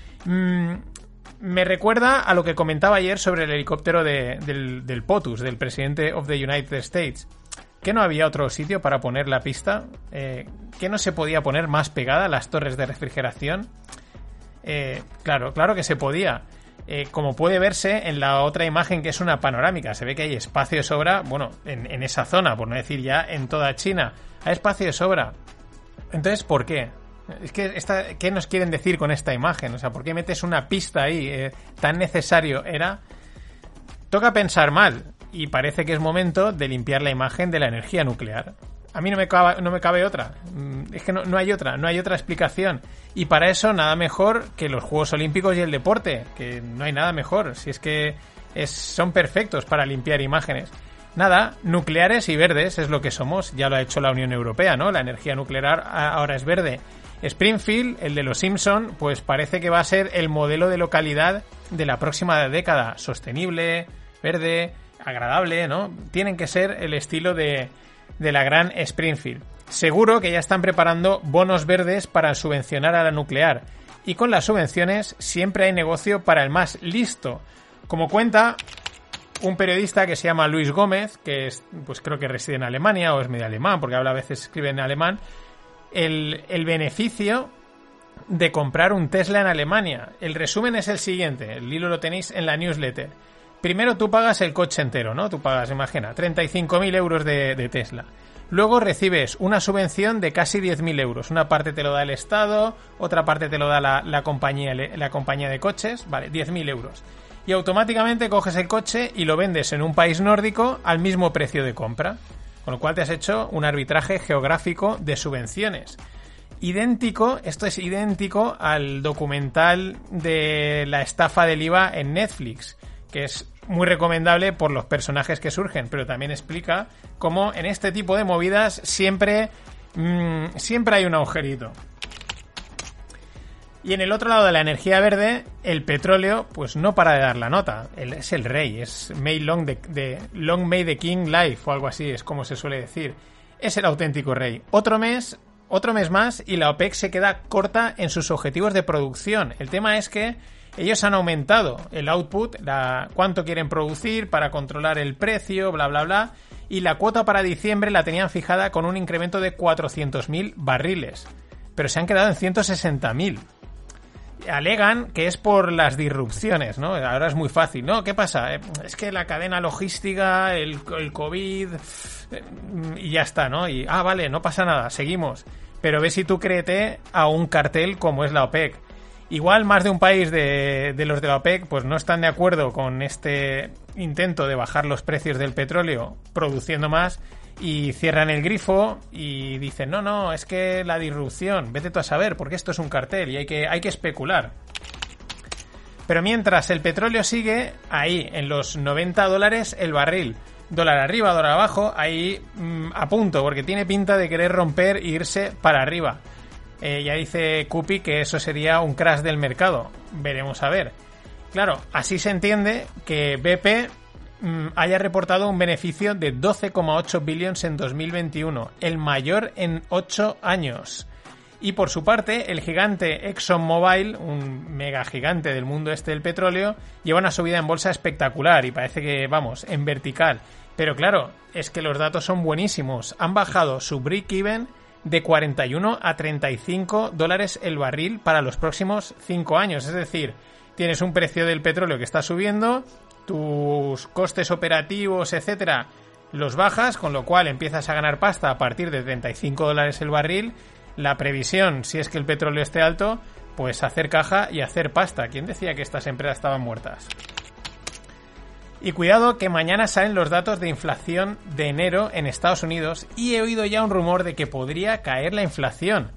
Me recuerda a lo que comentaba ayer sobre el helicóptero del POTUS, del presidente of the United States. ¿Que no había otro sitio para poner la pista? ¿Que no se podía poner más pegada las torres de refrigeración? Claro que se podía. Como puede verse en la otra imagen, que es una panorámica, se ve que hay espacio de sobra, bueno, en esa zona, por no decir ya en toda China. Hay espacio de sobra. Entonces, ¿por qué? Es que ¿qué nos quieren decir con esta imagen? O sea, ¿por qué metes una pista ahí? ¿Tan necesario era? Toca pensar mal, y parece que es momento de limpiar la imagen de la energía nuclear. A mí no me cabe otra. Es que no hay otra explicación. Y para eso nada mejor que los Juegos Olímpicos y el deporte, que no hay nada mejor. Si es que son perfectos para limpiar imágenes. Nada, nucleares y verdes es lo que somos. Ya lo ha hecho la Unión Europea, ¿no? La energía nuclear ahora es verde. Springfield, el de los Simpson, pues parece que va a ser el modelo de localidad de la próxima década. Sostenible, verde, agradable, ¿no? Tienen que ser el estilo de la gran Springfield. Seguro que ya están preparando bonos verdes para subvencionar a la nuclear. Y con las subvenciones siempre hay negocio para el más listo. Como cuenta un periodista que se llama Luis Gómez, que es, pues creo que reside en Alemania o es medio alemán, porque a veces escribe en alemán, el beneficio de comprar un Tesla en Alemania. El resumen es el siguiente, el hilo lo tenéis en la newsletter. Primero tú pagas el coche entero, ¿no? Tú pagas, imagina, 35.000 euros de Tesla. Luego recibes una subvención de casi 10.000 euros. Una parte te lo da el Estado, otra parte te lo da la compañía de coches, vale, 10.000 euros. Y automáticamente coges el coche y lo vendes en un país nórdico al mismo precio de compra. Con lo cual te has hecho un arbitraje geográfico de subvenciones. Esto es idéntico al documental de la estafa del IVA en Netflix, que es muy recomendable por los personajes que surgen, pero también explica cómo en este tipo de movidas siempre hay un agujerito. Y en el otro lado de la energía verde, el petróleo pues no para de dar la nota. Es el rey, es Long May the King Live o algo así, es como se suele decir. Es el auténtico rey. Otro mes más y la OPEC se queda corta en sus objetivos de producción. El tema es que ellos han aumentado el output, cuánto quieren producir para controlar el precio, bla, bla, bla. Y la cuota para diciembre la tenían fijada con un incremento de 400.000 barriles. Pero se han quedado en 160.000. Alegan que es por las disrupciones, ¿no? Ahora es muy fácil, ¿no? ¿Qué pasa? Es que la cadena logística, el COVID, y ya está, ¿no? Y, vale, no pasa nada, seguimos. Pero ve si tú créete a un cartel como es la OPEC. Igual más de un país de los de la OPEC pues no están de acuerdo con este intento de bajar los precios del petróleo produciendo más y cierran el grifo y dicen no, es que la disrupción, vete tú a saber, porque esto es un cartel y hay que especular. Pero mientras el petróleo sigue ahí, en los $90 el barril, dólar arriba, dólar abajo, ahí a punto, porque tiene pinta de querer romper e irse para arriba. Ya dice Cupi que eso sería un crash del mercado. Veremos a ver. Claro, así se entiende que BP haya reportado un beneficio de 12,8 billions en 2021, el mayor en 8 años. Y por su parte, el gigante ExxonMobil, un mega gigante del mundo del petróleo, lleva una subida en bolsa espectacular y parece que, vamos, en vertical. Pero claro, es que los datos son buenísimos. Han bajado su break-even de 41 a 35 dólares el barril para los próximos 5 años. Es decir, tienes un precio del petróleo que está subiendo, tus costes operativos, etcétera, los bajas, con lo cual empiezas a ganar pasta a partir de 35 dólares el barril. La previsión, si es que el petróleo esté alto, pues hacer caja y hacer pasta. ¿Quién decía que estas empresas estaban muertas? Y cuidado que mañana salen los datos de inflación de enero en Estados Unidos y he oído ya un rumor de que podría caer la inflación.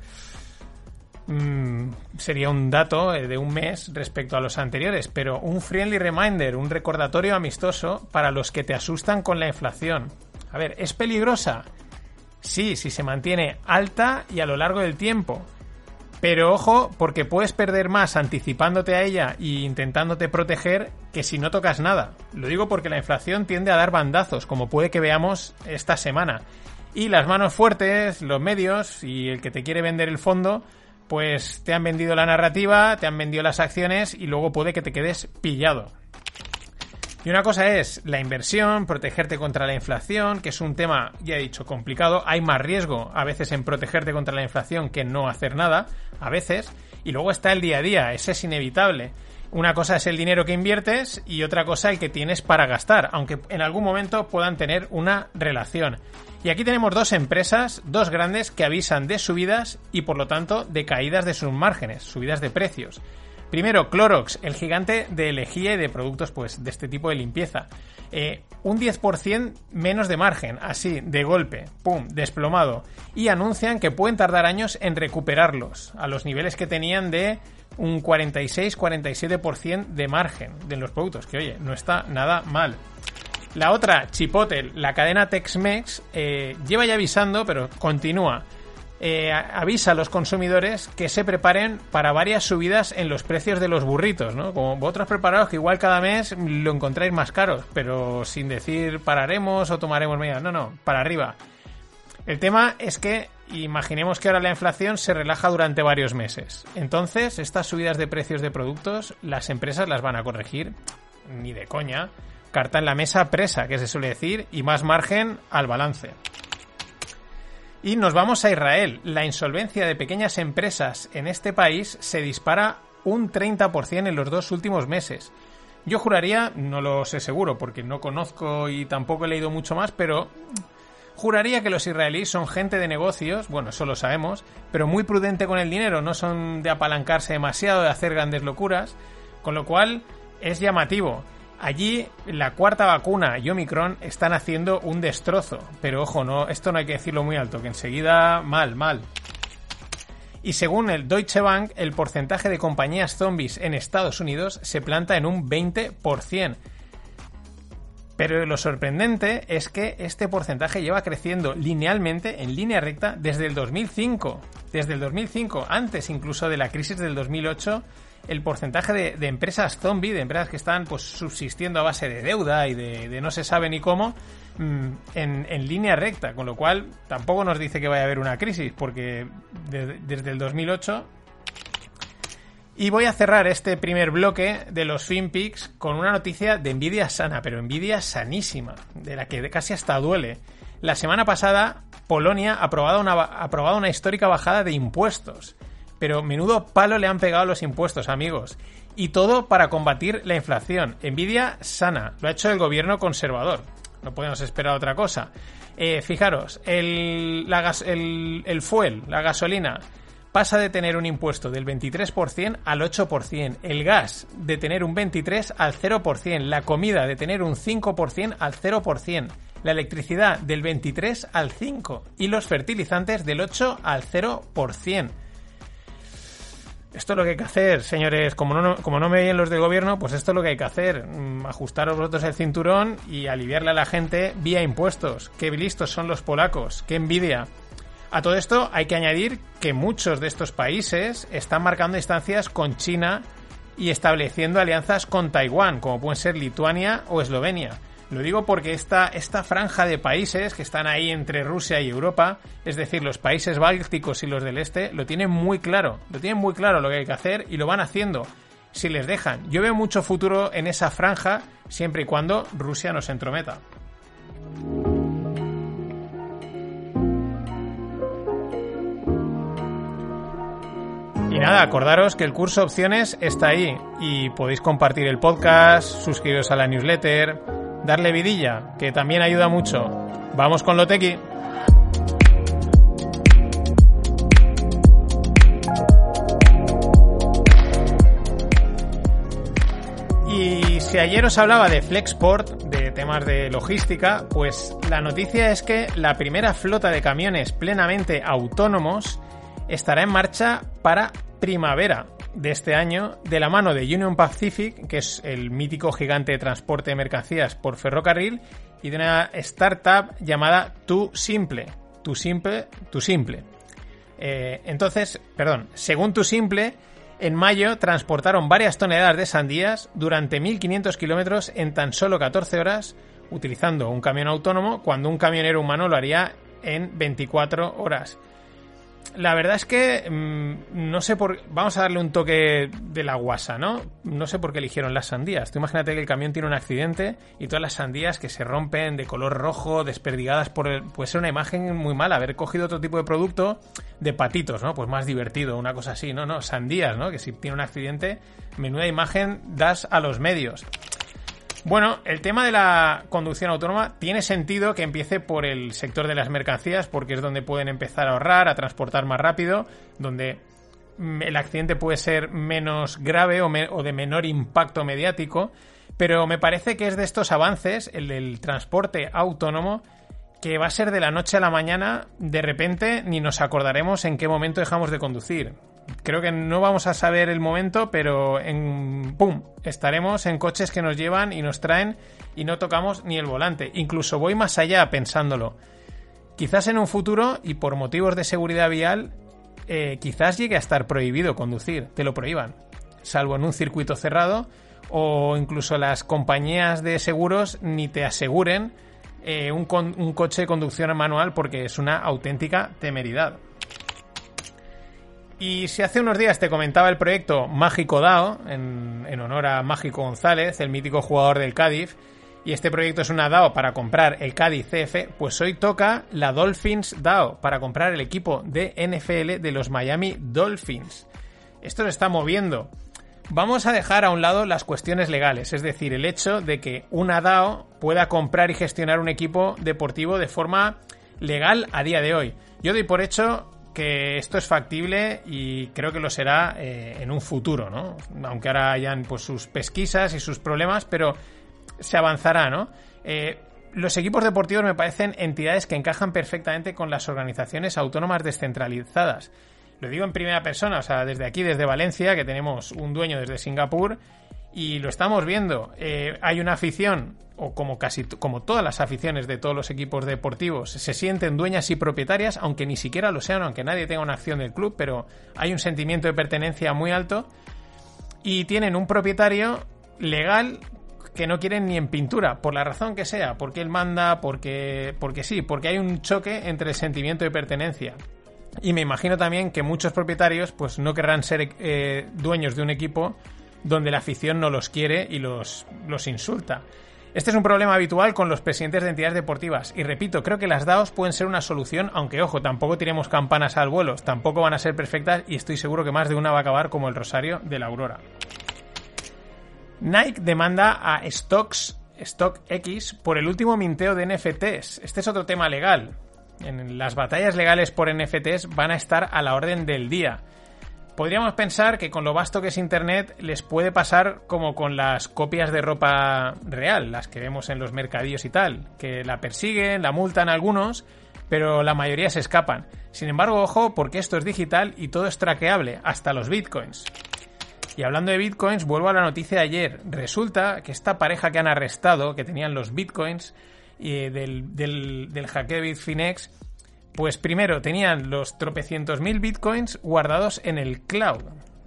Sería un dato de un mes respecto a los anteriores, pero un friendly reminder, un recordatorio amistoso para los que te asustan con la inflación. A ver, ¿es peligrosa? Sí, si se mantiene alta y a lo largo del tiempo. Pero ojo, porque puedes perder más anticipándote a ella e intentándote proteger que si no tocas nada. Lo digo porque la inflación tiende a dar bandazos, como puede que veamos esta semana. Y las manos fuertes, los medios y el que te quiere vender el fondo, pues te han vendido la narrativa, te han vendido las acciones y luego puede que te quedes pillado. Y una cosa es la inversión, protegerte contra la inflación, que es un tema, ya he dicho, complicado. Hay más riesgo a veces en protegerte contra la inflación que en no hacer nada, a veces. Y luego está el día a día, ese es inevitable. Una cosa es el dinero que inviertes y otra cosa el que tienes para gastar, aunque en algún momento puedan tener una relación. Y aquí tenemos dos empresas, dos grandes, que avisan de subidas y por lo tanto de caídas de sus márgenes, subidas de precios. Primero, Clorox, el gigante de lejía y de productos pues de este tipo de limpieza. Un 10% menos de margen, así, de golpe, pum, desplomado. Y anuncian que pueden tardar años en recuperarlos a los niveles que tenían de un 46-47% de margen de los productos, que oye, no está nada mal. La otra, Chipotle, la cadena Tex-Mex, lleva ya avisando, pero continúa. Avisa a los consumidores que se preparen para varias subidas en los precios de los burritos, ¿no? Como vosotros preparados, que igual cada mes lo encontráis más caros, pero sin decir pararemos o tomaremos medidas. No, para arriba. El tema es que imaginemos que ahora la inflación se relaja durante varios meses. Entonces, estas subidas de precios de productos, las empresas las van a corregir. Ni de coña. Carta en la mesa presa, que se suele decir, y más margen al balance. Y nos vamos a Israel. La insolvencia de pequeñas empresas en este país se dispara un 30% en los 2 últimos meses. Yo juraría, no lo sé seguro porque no conozco y tampoco he leído mucho más, pero juraría que los israelíes son gente de negocios, bueno, eso lo sabemos, pero muy prudente con el dinero, no son de apalancarse demasiado, de hacer grandes locuras, con lo cual es llamativo. Allí la cuarta vacuna y Omicron están haciendo un destrozo. Pero ojo, no, esto no hay que decirlo muy alto, que enseguida mal. Y según el Deutsche Bank, el porcentaje de compañías zombies en Estados Unidos se planta en un 20%. Pero lo sorprendente es que este porcentaje lleva creciendo linealmente, en línea recta, desde el 2005. Desde el 2005, antes incluso de la crisis del 2008, el porcentaje de empresas zombie, de empresas que están pues subsistiendo a base de deuda y de no se sabe ni cómo, en línea recta, con lo cual tampoco nos dice que vaya a haber una crisis, porque desde el 2008... Y voy a cerrar este primer bloque de los FinPix con una noticia de envidia sana, pero envidia sanísima, de la que casi hasta duele. La semana pasada, Polonia ha aprobado una histórica bajada de impuestos. Pero menudo palo le han pegado los impuestos, amigos. Y todo para combatir la inflación. Envidia sana. Lo ha hecho el gobierno conservador. No podemos esperar otra cosa. Fijaros, el fuel, la gasolina, pasa de tener un impuesto del 23% al 8%. El gas de tener un 23% al 0%. La comida de tener un 5% al 0%. La electricidad del 23% al 5%. Y los fertilizantes del 8% al 0%. Esto es lo que hay que hacer, señores. Como no me oyen los del gobierno, pues esto es lo que hay que hacer. Ajustaros vosotros el cinturón y aliviarle a la gente vía impuestos. Qué listos son los polacos. Qué envidia. A todo esto hay que añadir que muchos de estos países están marcando distancias con China y estableciendo alianzas con Taiwán, como pueden ser Lituania o Eslovenia. Lo digo porque esta franja de países que están ahí entre Rusia y Europa, es decir, los países bálticos y los del este, lo tienen muy claro lo que hay que hacer y lo van haciendo si les dejan. Yo veo mucho futuro en esa franja siempre y cuando Rusia no se entrometa. Y nada, acordaros que el curso Opciones está ahí y podéis compartir el podcast, suscribiros a la newsletter, darle vidilla, que también ayuda mucho. Vamos con lo tequi. Y si ayer os hablaba de Flexport, de temas de logística, pues la noticia es que la primera flota de camiones plenamente autónomos estará en marcha para primavera de este año, de la mano de Union Pacific, que es el mítico gigante de transporte de mercancías por ferrocarril, y de una startup llamada TuSimple. Según TuSimple, en mayo transportaron varias toneladas de sandías durante 1.500 kilómetros en tan solo 14 horas, utilizando un camión autónomo, cuando un camionero humano lo haría en 24 horas. La verdad es que no sé vamos a darle un toque de la guasa, ¿no? No sé por qué eligieron las sandías. Tú imagínate que el camión tiene un accidente y todas las sandías que se rompen de color rojo, desperdigadas puede ser una imagen muy mala. Haber cogido otro tipo de producto de patitos, ¿no? Pues más divertido, una cosa así, ¿no? Sandías, ¿no? Que si tiene un accidente, menuda imagen das a los medios. Bueno, el tema de la conducción autónoma tiene sentido que empiece por el sector de las mercancías, porque es donde pueden empezar a ahorrar, a transportar más rápido, donde el accidente puede ser menos grave o de menor impacto mediático, pero me parece que es de estos avances, el del transporte autónomo, que va a ser de la noche a la mañana, de repente ni nos acordaremos en qué momento dejamos de conducir. Creo que no vamos a saber el momento, pero estaremos en coches que nos llevan y nos traen y no tocamos ni el volante. Incluso voy más allá pensándolo. Quizás en un futuro, y por motivos de seguridad vial, quizás llegue a estar prohibido conducir, te lo prohíban, salvo en un circuito cerrado, o incluso las compañías de seguros ni te aseguren un coche de conducción manual, porque es una auténtica temeridad. Y si hace unos días te comentaba el proyecto Mágico DAO, en honor a Mágico González, el mítico jugador del Cádiz, y este proyecto es una DAO para comprar el Cádiz CF, pues hoy toca la Dolphins DAO para comprar el equipo de NFL de los Miami Dolphins. Esto se está moviendo. Vamos a dejar a un lado las cuestiones legales, es decir, el hecho de que una DAO pueda comprar y gestionar un equipo deportivo de forma legal a día de hoy. Yo doy por hecho que esto es factible y creo que lo será en un futuro, ¿no? Aunque ahora hayan pues sus pesquisas y sus problemas, pero se avanzará, ¿no? Los equipos deportivos me parecen entidades que encajan perfectamente con las organizaciones autónomas descentralizadas. Lo digo en primera persona, o sea, desde aquí, desde Valencia, que tenemos un dueño desde Singapur, y lo estamos viendo. Hay una afición, o como todas las aficiones de todos los equipos deportivos, se sienten dueñas y propietarias, aunque ni siquiera lo sean, aunque nadie tenga una acción del club, pero hay un sentimiento de pertenencia muy alto, y tienen un propietario legal que no quieren ni en pintura, por la razón que sea, porque él manda, porque sí, porque hay un choque entre el sentimiento de pertenencia. Y me imagino también que muchos propietarios pues no querrán ser dueños de un equipo donde la afición no los quiere y los insulta. Este es un problema habitual con los presidentes de entidades deportivas. Y repito, creo que las DAOs pueden ser una solución, aunque ojo, tampoco tiremos campanas al vuelo. Tampoco van a ser perfectas y estoy seguro que más de una va a acabar como el Rosario de la Aurora. Nike demanda a StockX por el último minteo de NFTs. Este es otro tema legal. Las batallas legales por NFTs van a estar a la orden del día. Podríamos pensar que con lo vasto que es Internet les puede pasar como con las copias de ropa real, las que vemos en los mercadillos y tal, que la persiguen, la multan algunos, pero la mayoría se escapan. Sin embargo, ojo, porque esto es digital y todo es traqueable, hasta los bitcoins. Y hablando de bitcoins, vuelvo a la noticia de ayer. Resulta que esta pareja que han arrestado, que tenían los bitcoins del hackeo de Bitfinex, pues primero tenían los tropecientos mil bitcoins guardados en el cloud.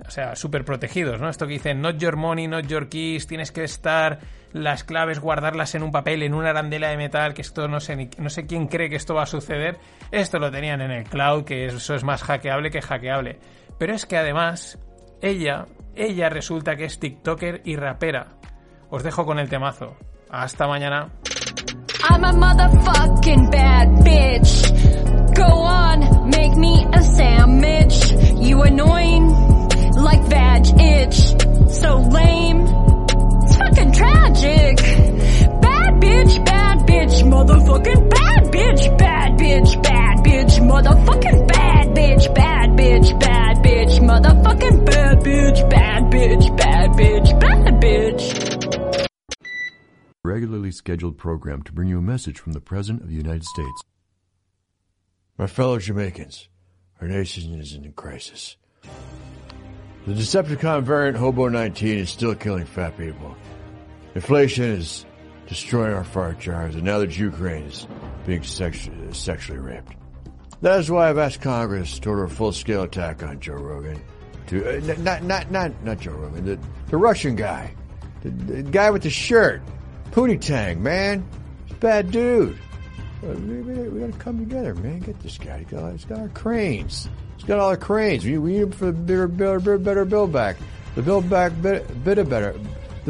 o sea, súper protegidos, ¿no? Esto que dicen, not your money, not your keys, tienes que estar las claves, guardarlas en un papel, en una arandela de metal, que esto no sé quién cree que esto va a suceder. Esto lo tenían en el cloud, que eso es más hackeable que hackeable. Pero es que además, ella resulta que es tiktoker y rapera. Os dejo con el temazo. Hasta mañana. I'm a motherfucking bad bitch. Go on, make me a sandwich. You annoying, like vag itch. So lame, it's fucking tragic. Bad bitch, motherfucking bad bitch, bad bitch, bad bitch, motherfucking bad bitch, bad bitch, bad bitch, motherfucking bad bitch, bad bitch, bad bitch, bad bitch. Regularly scheduled program to bring you a message from the President of the United States. My fellow Jamaicans, our nation is in crisis. The Decepticon variant Hobo-19 is still killing fat people. Inflation is destroying our fart jars, and now that Ukraine is being sexually raped. That is why I've asked Congress to order a full-scale attack on Joe Rogan. Not Joe Rogan, the Russian guy. The guy with the shirt. Pootie Tang, man. He's a bad dude. We gotta come together, man. Get this guy. He's got our cranes. He's got all our cranes. We need him for the better build back. The build back better. The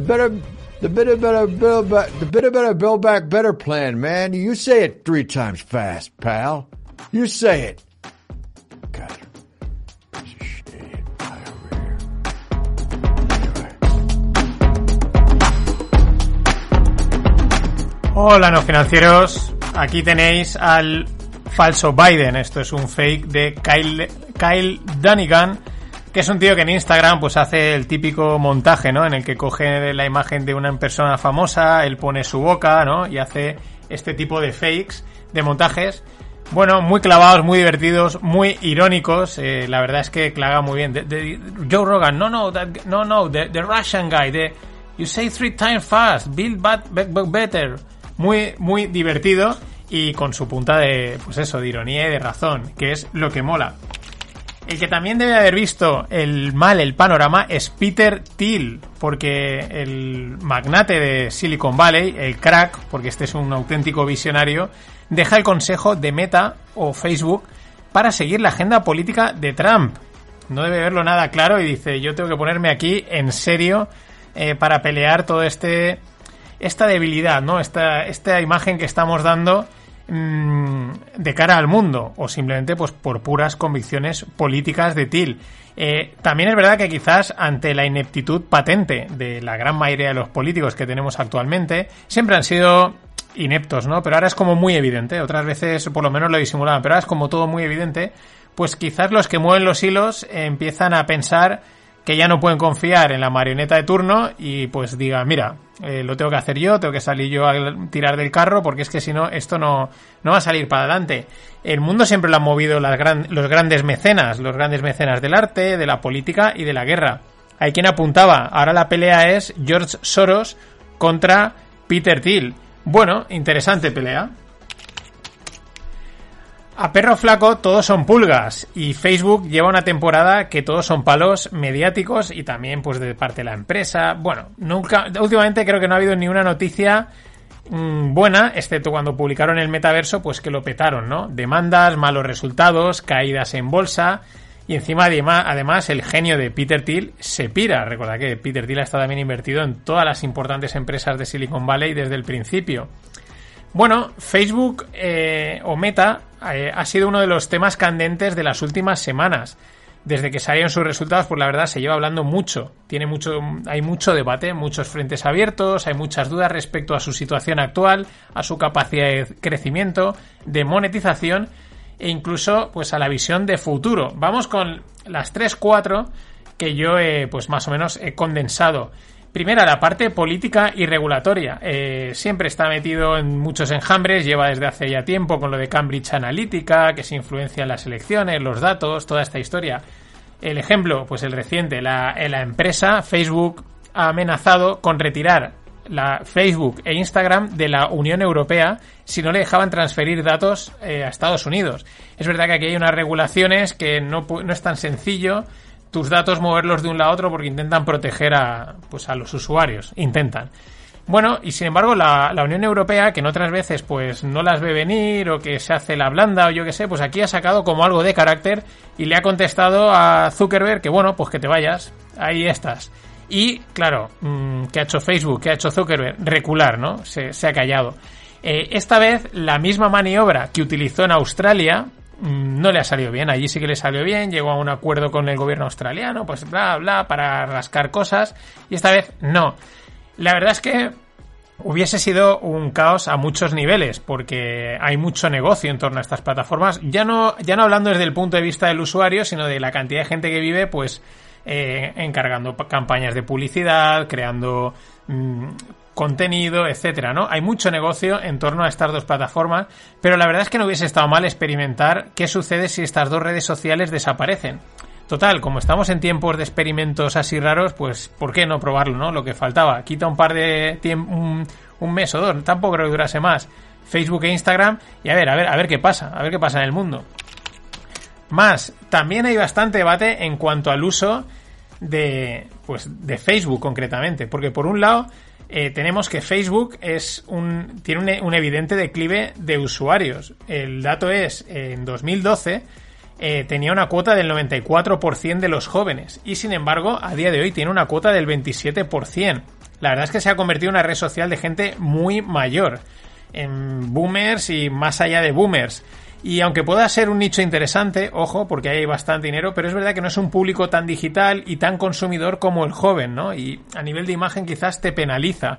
better build back better plan, man. You say it 3 times fast, pal. You say it. God, piece of shit. Over here. Hola, no financieros. Aquí tenéis al falso Biden. Esto es un fake de Kyle Dunnigan, que es un tío que en Instagram pues hace el típico montaje, ¿no? En el que coge la imagen de una persona famosa, él pone su boca, ¿no? Y hace este tipo de fakes, de montajes. Bueno, muy clavados, muy divertidos, muy irónicos. La verdad es que clava muy bien. Joe Rogan, the Russian guy, you say 3 times fast, build better. Muy divertido y con su punta de, pues eso, de ironía y de razón, que es lo que mola. El que también debe haber visto el panorama es Peter Thiel, porque el magnate de Silicon Valley, el crack, porque este es un auténtico visionario, deja el consejo de Meta o Facebook para seguir la agenda política de Trump. No debe verlo nada claro y dice, yo tengo que ponerme aquí en serio para pelear todo esta debilidad, ¿no? Esta imagen que estamos dando de cara al mundo, o simplemente pues por puras convicciones políticas de Thiel. También es verdad que quizás ante la ineptitud patente de la gran mayoría de los políticos que tenemos actualmente, siempre han sido ineptos, ¿no? Pero ahora es como muy evidente. Otras veces por lo menos lo disimulaban, pero ahora es como todo muy evidente. Pues quizás los que mueven los hilos empiezan a pensar que ya no pueden confiar en la marioneta de turno y pues diga, mira, lo tengo que hacer yo, tengo que salir yo a tirar del carro porque es que si no, esto no va a salir para adelante. El mundo siempre lo han movido los grandes mecenas del arte, de la política y de la guerra. Hay quien apuntaba, ahora la pelea es George Soros contra Peter Thiel. Bueno, interesante pelea. A perro flaco todos son pulgas y Facebook lleva una temporada que todos son palos mediáticos y también pues de parte de la empresa. Bueno, últimamente creo que no ha habido ni una noticia buena, excepto cuando publicaron el metaverso, pues que lo petaron, ¿no? Demandas, malos resultados, caídas en bolsa y encima además el genio de Peter Thiel se pira. Recordad que Peter Thiel ha estado también invertido en todas las importantes empresas de Silicon Valley desde el principio. Bueno, Facebook o Meta ha sido uno de los temas candentes de las últimas semanas. Desde que salieron sus resultados, pues la verdad se lleva hablando mucho. Hay mucho debate, muchos frentes abiertos, hay muchas dudas respecto a su situación actual, a su capacidad de crecimiento, de monetización e incluso pues a la visión de futuro. Vamos con las 3-4 que yo pues más o menos he condensado. Primera, la parte política y regulatoria. Siempre está metido en muchos enjambres, lleva desde hace ya tiempo con lo de Cambridge Analytica, que se influencia en las elecciones, los datos, toda esta historia. El ejemplo, pues el reciente, la empresa Facebook ha amenazado con retirar la Facebook e Instagram de la Unión Europea si no le dejaban transferir datos a Estados Unidos. Es verdad que aquí hay unas regulaciones que no es tan sencillo. tus datos moverlos de un lado a otro porque intentan proteger a los usuarios. Intentan. Bueno, y sin embargo la Unión Europea, que en otras veces pues no las ve venir o que se hace la blanda o yo qué sé, pues aquí ha sacado como algo de carácter y le ha contestado a Zuckerberg que bueno, pues que te vayas, ahí estás. Y claro, ¿qué ha hecho Facebook? ¿Qué ha hecho Zuckerberg? Recular, ¿no? Se ha callado. Esta vez la misma maniobra que utilizó en Australia no le ha salido bien. Allí sí que le salió bien, llegó a un acuerdo con el gobierno australiano, pues bla bla, para rascar cosas, y esta vez no. La verdad es que hubiese sido un caos a muchos niveles, porque hay mucho negocio en torno a estas plataformas, ya no hablando desde el punto de vista del usuario, sino de la cantidad de gente que vive, pues encargando campañas de publicidad, creando contenido, etcétera, ¿no? Hay mucho negocio en torno a estas dos plataformas, pero la verdad es que no hubiese estado mal experimentar qué sucede si estas dos redes sociales desaparecen. Total, como estamos en tiempos de experimentos así raros, pues ¿por qué no probarlo, no? Lo que faltaba, quita un par de tiempo, un mes o dos, tampoco creo que durase más, Facebook e Instagram, y a ver qué pasa, en el mundo. Más, también hay bastante debate en cuanto al uso de Facebook concretamente, porque por un lado tenemos que Facebook tiene un evidente declive de usuarios. El dato es, en 2012 tenía una cuota del 94% de los jóvenes y sin embargo a día de hoy tiene una cuota del 27%. La verdad es que se ha convertido en una red social de gente muy mayor, en boomers y más allá de boomers. Y aunque pueda ser un nicho interesante, ojo, porque hay bastante dinero, pero es verdad que no es un público tan digital y tan consumidor como el joven, ¿no? Y a nivel de imagen quizás te penaliza.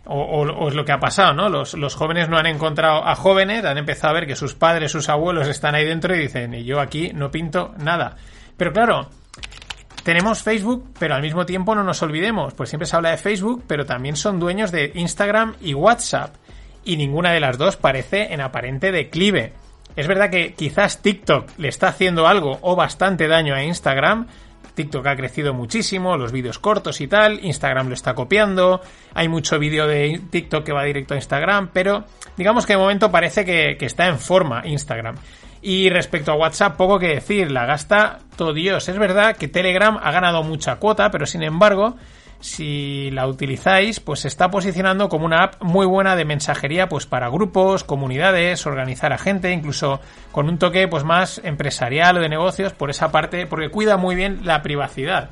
O es lo que ha pasado, ¿no? Los jóvenes no han encontrado a jóvenes, han empezado a ver que sus padres, sus abuelos están ahí dentro y dicen, y yo aquí no pinto nada. Pero claro, tenemos Facebook, pero al mismo tiempo no nos olvidemos, pues siempre se habla de Facebook, pero también son dueños de Instagram y WhatsApp, y ninguna de las dos parece en aparente declive. Es verdad que quizás TikTok le está haciendo algo o bastante daño a Instagram. TikTok ha crecido muchísimo, los vídeos cortos y tal, Instagram lo está copiando, hay mucho vídeo de TikTok que va directo a Instagram, pero digamos que de momento parece que está en forma Instagram. Y respecto a WhatsApp, poco que decir, la gasta todo Dios. Es verdad que Telegram ha ganado mucha cuota, pero sin embargo, si la utilizáis, pues se está posicionando como una app muy buena de mensajería, pues para grupos, comunidades, organizar a gente, incluso con un toque pues más empresarial o de negocios por esa parte, porque cuida muy bien la privacidad.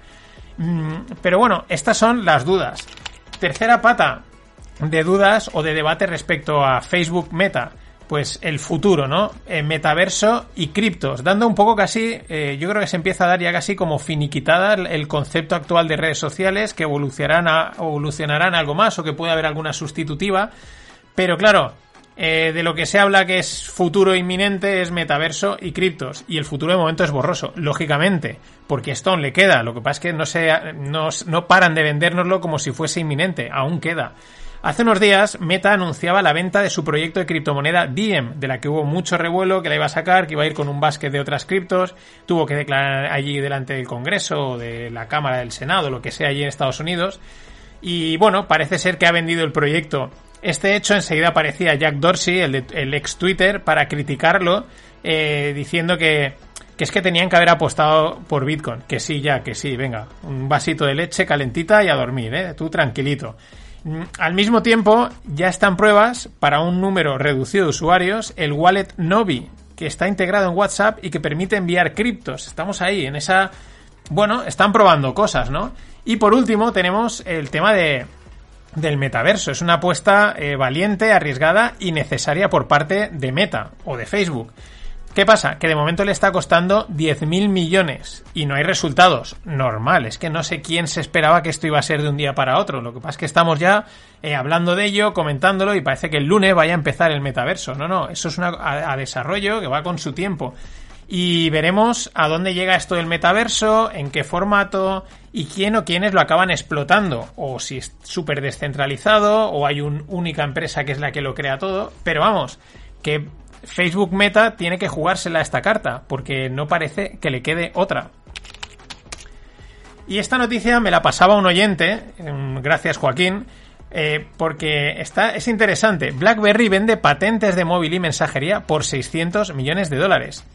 Pero bueno, estas son las dudas. Tercera pata de dudas o de debate respecto a Facebook Meta. Pues el futuro, ¿no? Metaverso y criptos, dando un poco casi, yo creo que se empieza a dar ya casi como finiquitada el concepto actual de redes sociales, que evolucionarán algo más o que puede haber alguna sustitutiva, pero claro, de lo que se habla que es futuro inminente es metaverso y criptos, y el futuro de momento es borroso, lógicamente, porque esto aún le queda, lo que pasa es que no paran de vendérnoslo como si fuese inminente, aún queda. Hace unos días, Meta anunciaba la venta de su proyecto de criptomoneda Diem, de la que hubo mucho revuelo, que la iba a sacar, que iba a ir con un basket de otras criptos, tuvo que declarar allí delante del Congreso, o de la Cámara del Senado, lo que sea allí en Estados Unidos, y bueno, parece ser que ha vendido el proyecto. Este hecho enseguida aparecía Jack Dorsey, el ex Twitter, para criticarlo, diciendo que es que tenían que haber apostado por Bitcoin, que sí, venga, un vasito de leche calentita y a dormir, tú tranquilito. Al mismo tiempo, ya están pruebas para un número reducido de usuarios, el wallet Novi, que está integrado en WhatsApp y que permite enviar criptos. Estamos ahí, en esa... Bueno, están probando cosas, ¿no? Y por último, tenemos el tema del metaverso. Es una apuesta valiente, arriesgada y necesaria por parte de Meta o de Facebook. ¿Qué pasa? Que de momento le está costando 10.000 millones y no hay resultados. Normal, es que no sé quién se esperaba que esto iba a ser de un día para otro. Lo que pasa es que estamos ya hablando de ello, comentándolo y parece que el lunes vaya a empezar el metaverso. No, eso es a desarrollo que va con su tiempo. Y veremos a dónde llega esto del metaverso, en qué formato y quién o quiénes lo acaban explotando. O si es súper descentralizado o hay una única empresa que es la que lo crea todo. Pero vamos, que Facebook Meta tiene que jugársela esta carta, porque no parece que le quede otra. Y esta noticia me la pasaba un oyente, gracias Joaquín, porque es interesante. BlackBerry vende patentes de móvil y mensajería por $600 millones.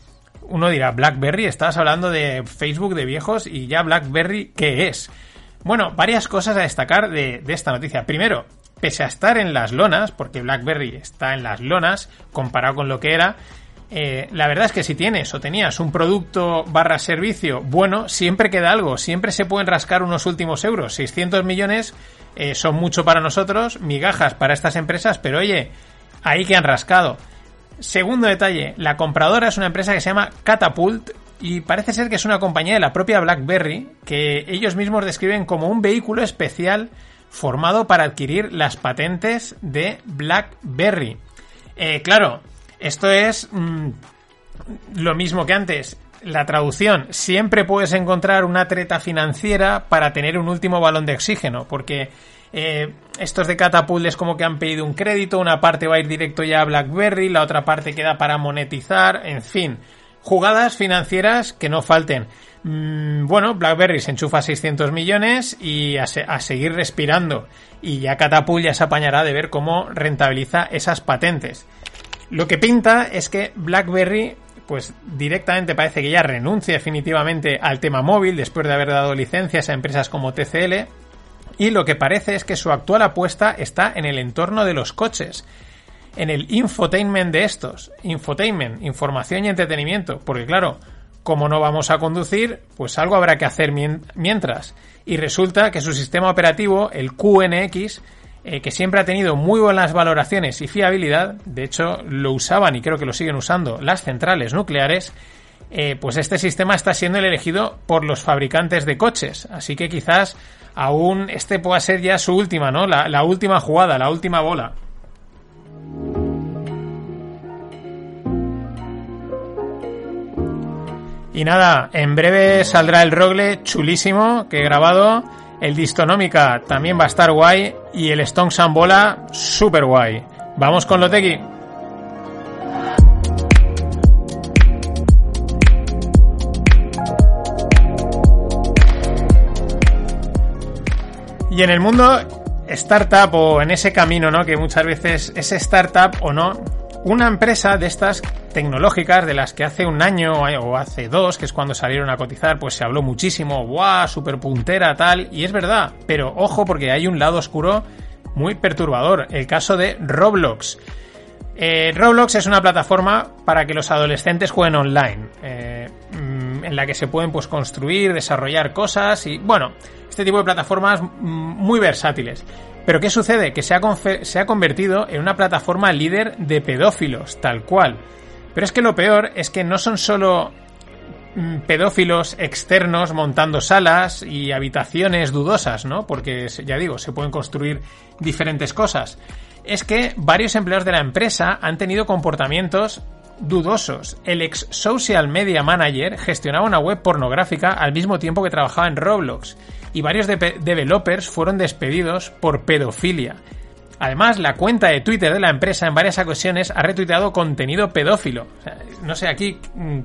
uno dirá, BlackBerry, estabas hablando de Facebook de viejos y ya BlackBerry, ¿qué es? Bueno, varias cosas a destacar de esta noticia. Primero, pese a estar en las lonas, porque BlackBerry está en las lonas comparado con lo que era, la verdad es que si tienes o tenías un producto / servicio bueno, siempre queda algo, siempre se pueden rascar unos últimos euros. 600 millones son mucho para nosotros, migajas para estas empresas, pero oye, ahí que han rascado. Segundo detalle, la compradora es una empresa que se llama Catapult y parece ser que es una compañía de la propia BlackBerry que ellos mismos describen como un vehículo especial formado para adquirir las patentes de BlackBerry. Claro, esto es lo mismo que antes. La traducción, siempre puedes encontrar una treta financiera para tener un último balón de oxígeno, porque estos de Catapult es como que han pedido un crédito, una parte va a ir directo ya a BlackBerry, la otra parte queda para monetizar, en fin, jugadas financieras que no falten. Bueno, BlackBerry se enchufa 600 millones y a seguir respirando, y ya Catapult ya se apañará de ver cómo rentabiliza esas patentes. Lo que pinta es que BlackBerry pues directamente parece que ya renuncia definitivamente al tema móvil después de haber dado licencias a empresas como TCL, y lo que parece es que su actual apuesta está en el entorno de los coches, en el infotainment de estos. Infotainment, información y entretenimiento, porque claro, como no vamos a conducir, pues algo habrá que hacer mientras. Y resulta que su sistema operativo, el QNX, que siempre ha tenido muy buenas valoraciones y fiabilidad, de hecho lo usaban y creo que lo siguen usando las centrales nucleares, pues este sistema está siendo el elegido por los fabricantes de coches, así que quizás aún este pueda ser ya su última, ¿no? La última jugada, la última bola. Y nada, en breve saldrá el Rogle chulísimo que he grabado. El Distonómica también va a estar guay. Y el Stone Sambola, super guay. Vamos con lo tequi. Y en el mundo startup, o en ese camino, ¿no? Que muchas veces es startup o no, una empresa de estas tecnológicas, de las que hace un año o hace dos, que es cuando salieron a cotizar, pues se habló muchísimo, ¡guau! Super puntera, tal, y es verdad, pero ojo porque hay un lado oscuro muy perturbador, el caso de Roblox. Roblox es una plataforma para que los adolescentes jueguen online, en la que se pueden pues construir, desarrollar cosas y, bueno, este tipo de plataformas muy versátiles. Pero ¿qué sucede? Que se ha convertido en una plataforma líder de pedófilos, tal cual. Pero es que lo peor es que no son solo pedófilos externos montando salas y habitaciones dudosas, ¿no? Porque, ya digo, se pueden construir diferentes cosas. Es que varios empleados de la empresa han tenido comportamientos dudosos. El ex social media manager gestionaba una web pornográfica al mismo tiempo que trabajaba en Roblox, y varios developers fueron despedidos por pedofilia. Además, la cuenta de Twitter de la empresa en varias ocasiones ha retuiteado contenido pedófilo. O sea, no sé aquí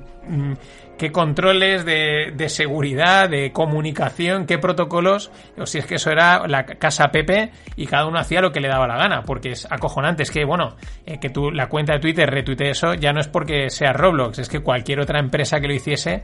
qué controles de seguridad, de comunicación, qué protocolos, o si es que eso era la casa Pepe y cada uno hacía lo que le daba la gana, porque es acojonante. Es que, bueno, que tú la cuenta de Twitter retuitee eso ya no es porque sea Roblox, es que cualquier otra empresa que lo hiciese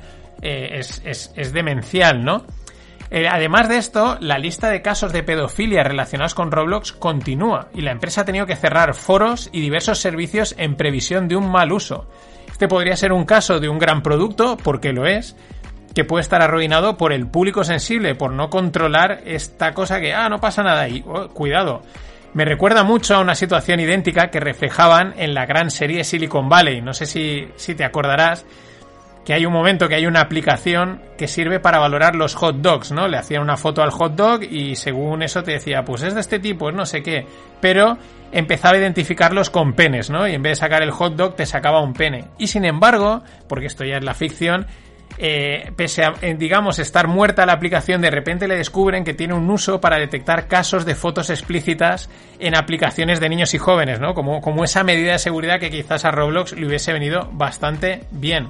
es demencial, ¿no? Además de esto, la lista de casos de pedofilia relacionados con Roblox continúa y la empresa ha tenido que cerrar foros y diversos servicios en previsión de un mal uso. Este podría ser un caso de un gran producto, porque lo es, que puede estar arruinado por el público sensible, por no controlar esta cosa que, no pasa nada ahí, cuidado. Me recuerda mucho a una situación idéntica que reflejaban en la gran serie Silicon Valley. No sé si te acordarás, que hay un momento que hay una aplicación que sirve para valorar los hot dogs, ¿no? Le hacían una foto al hot dog y según eso te decía, pues es de este tipo, es no sé qué. Pero empezaba a identificarlos con penes, ¿no? Y en vez de sacar el hot dog te sacaba un pene. Y sin embargo, porque esto ya es la ficción, pese a, digamos, estar muerta la aplicación, de repente le descubren que tiene un uso para detectar casos de fotos explícitas en aplicaciones de niños y jóvenes, ¿no? Como esa medida de seguridad que quizás a Roblox le hubiese venido bastante bien.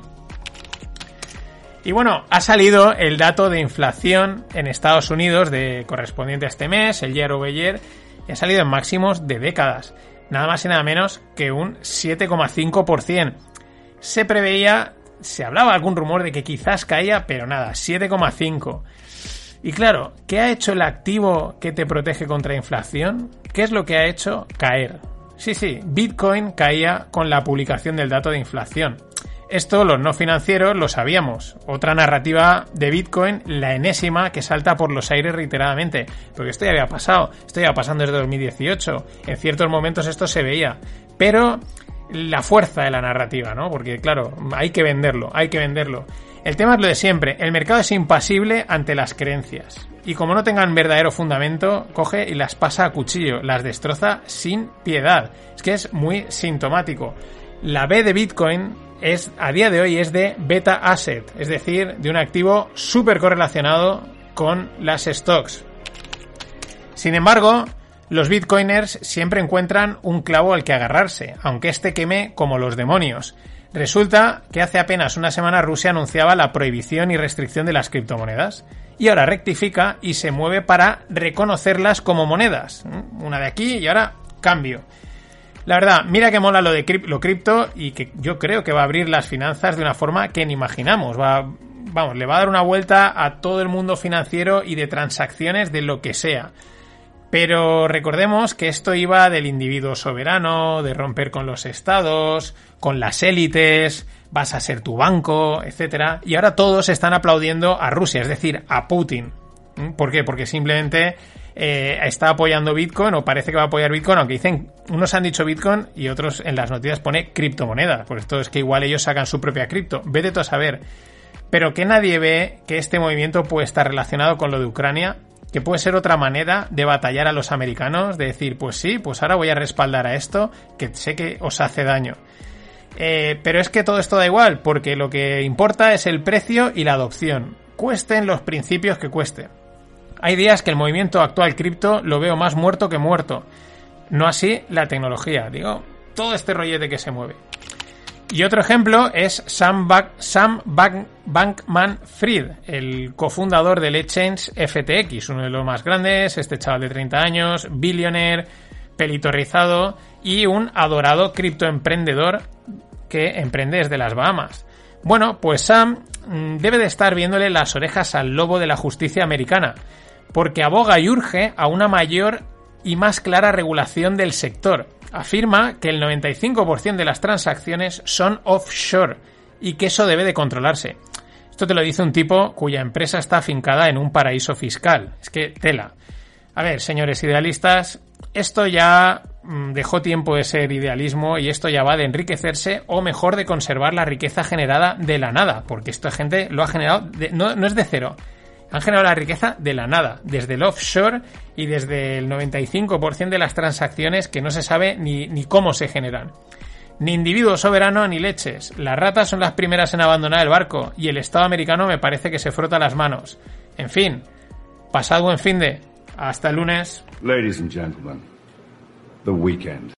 Y bueno, ha salido el dato de inflación en Estados Unidos correspondiente a este mes, el year over year, y ha salido en máximos de décadas. Nada más y nada menos que un 7,5%. Se preveía se hablaba algún rumor de que quizás caía, pero nada, 7,5. Y claro, ¿qué ha hecho el activo que te protege contra inflación? ¿Qué es lo que ha hecho? Caer. Sí, Bitcoin caía con la publicación del dato de inflación. Esto los no financieros lo sabíamos. Otra narrativa de Bitcoin, la enésima, que salta por los aires reiteradamente. Porque esto ya había pasado. Esto ya pasando desde 2018. En ciertos momentos esto se veía. Pero la fuerza de la narrativa, ¿no? Porque claro, hay que venderlo. El tema es lo de siempre. El mercado es impasible ante las creencias. Y como no tengan verdadero fundamento, coge y las pasa a cuchillo. Las destroza sin piedad. Es que es muy sintomático. La B de Bitcoin a día de hoy es de beta asset, es decir, de un activo súper correlacionado con las stocks. Sin embargo, los bitcoiners siempre encuentran un clavo al que agarrarse, aunque este queme como los demonios. Resulta que hace apenas una semana Rusia anunciaba la prohibición y restricción de las criptomonedas y ahora rectifica y se mueve para reconocerlas como monedas. Una de aquí y ahora cambio. La verdad, mira que mola lo cripto y que yo creo que va a abrir las finanzas de una forma que ni imaginamos. Le va a dar una vuelta a todo el mundo financiero y de transacciones de lo que sea. Pero recordemos que esto iba del individuo soberano, de romper con los estados, con las élites, vas a ser tu banco, etcétera. Y ahora todos están aplaudiendo a Rusia, es decir, a Putin. ¿Por qué? Porque simplemente está apoyando Bitcoin o parece que va a apoyar Bitcoin, aunque dicen, unos han dicho Bitcoin y otros en las noticias pone criptomoneda. Por esto es que igual ellos sacan su propia cripto. Vete tú a saber. Pero que nadie ve que este movimiento puede estar relacionado con lo de Ucrania, que puede ser otra manera de batallar a los americanos, de decir, pues sí, pues ahora voy a respaldar a esto, que sé que os hace daño. Pero es que todo esto da igual, porque lo que importa es el precio y la adopción. Cuesten los principios que cueste. Hay días que el movimiento actual cripto lo veo más muerto que muerto. No así la tecnología, digo, todo este rollete que se mueve. Y otro ejemplo es Sam Bankman-Fried, el cofundador del exchange FTX, uno de los más grandes, este chaval de 30 años, billionaire, pelito rizado y un adorado criptoemprendedor que emprende desde las Bahamas. Bueno, pues Sam debe de estar viéndole las orejas al lobo de la justicia americana, porque aboga y urge a una mayor y más clara regulación del sector. Afirma que el 95% de las transacciones son offshore y que eso debe de controlarse. Esto te lo dice un tipo cuya empresa está afincada en un paraíso fiscal. Es que tela. A ver, señores idealistas, esto ya dejó tiempo de ser idealismo y esto ya va de enriquecerse o mejor de conservar la riqueza generada de la nada, porque esta gente lo ha generado, no es de cero. Han generado la riqueza de la nada, desde el offshore y desde el 95% de las transacciones que no se sabe ni cómo se generan. Ni individuo soberano ni leches. Las ratas son las primeras en abandonar el barco y el Estado americano me parece que se frota las manos. En fin, pasad buen finde. Hasta el lunes. Ladies and gentlemen, the weekend.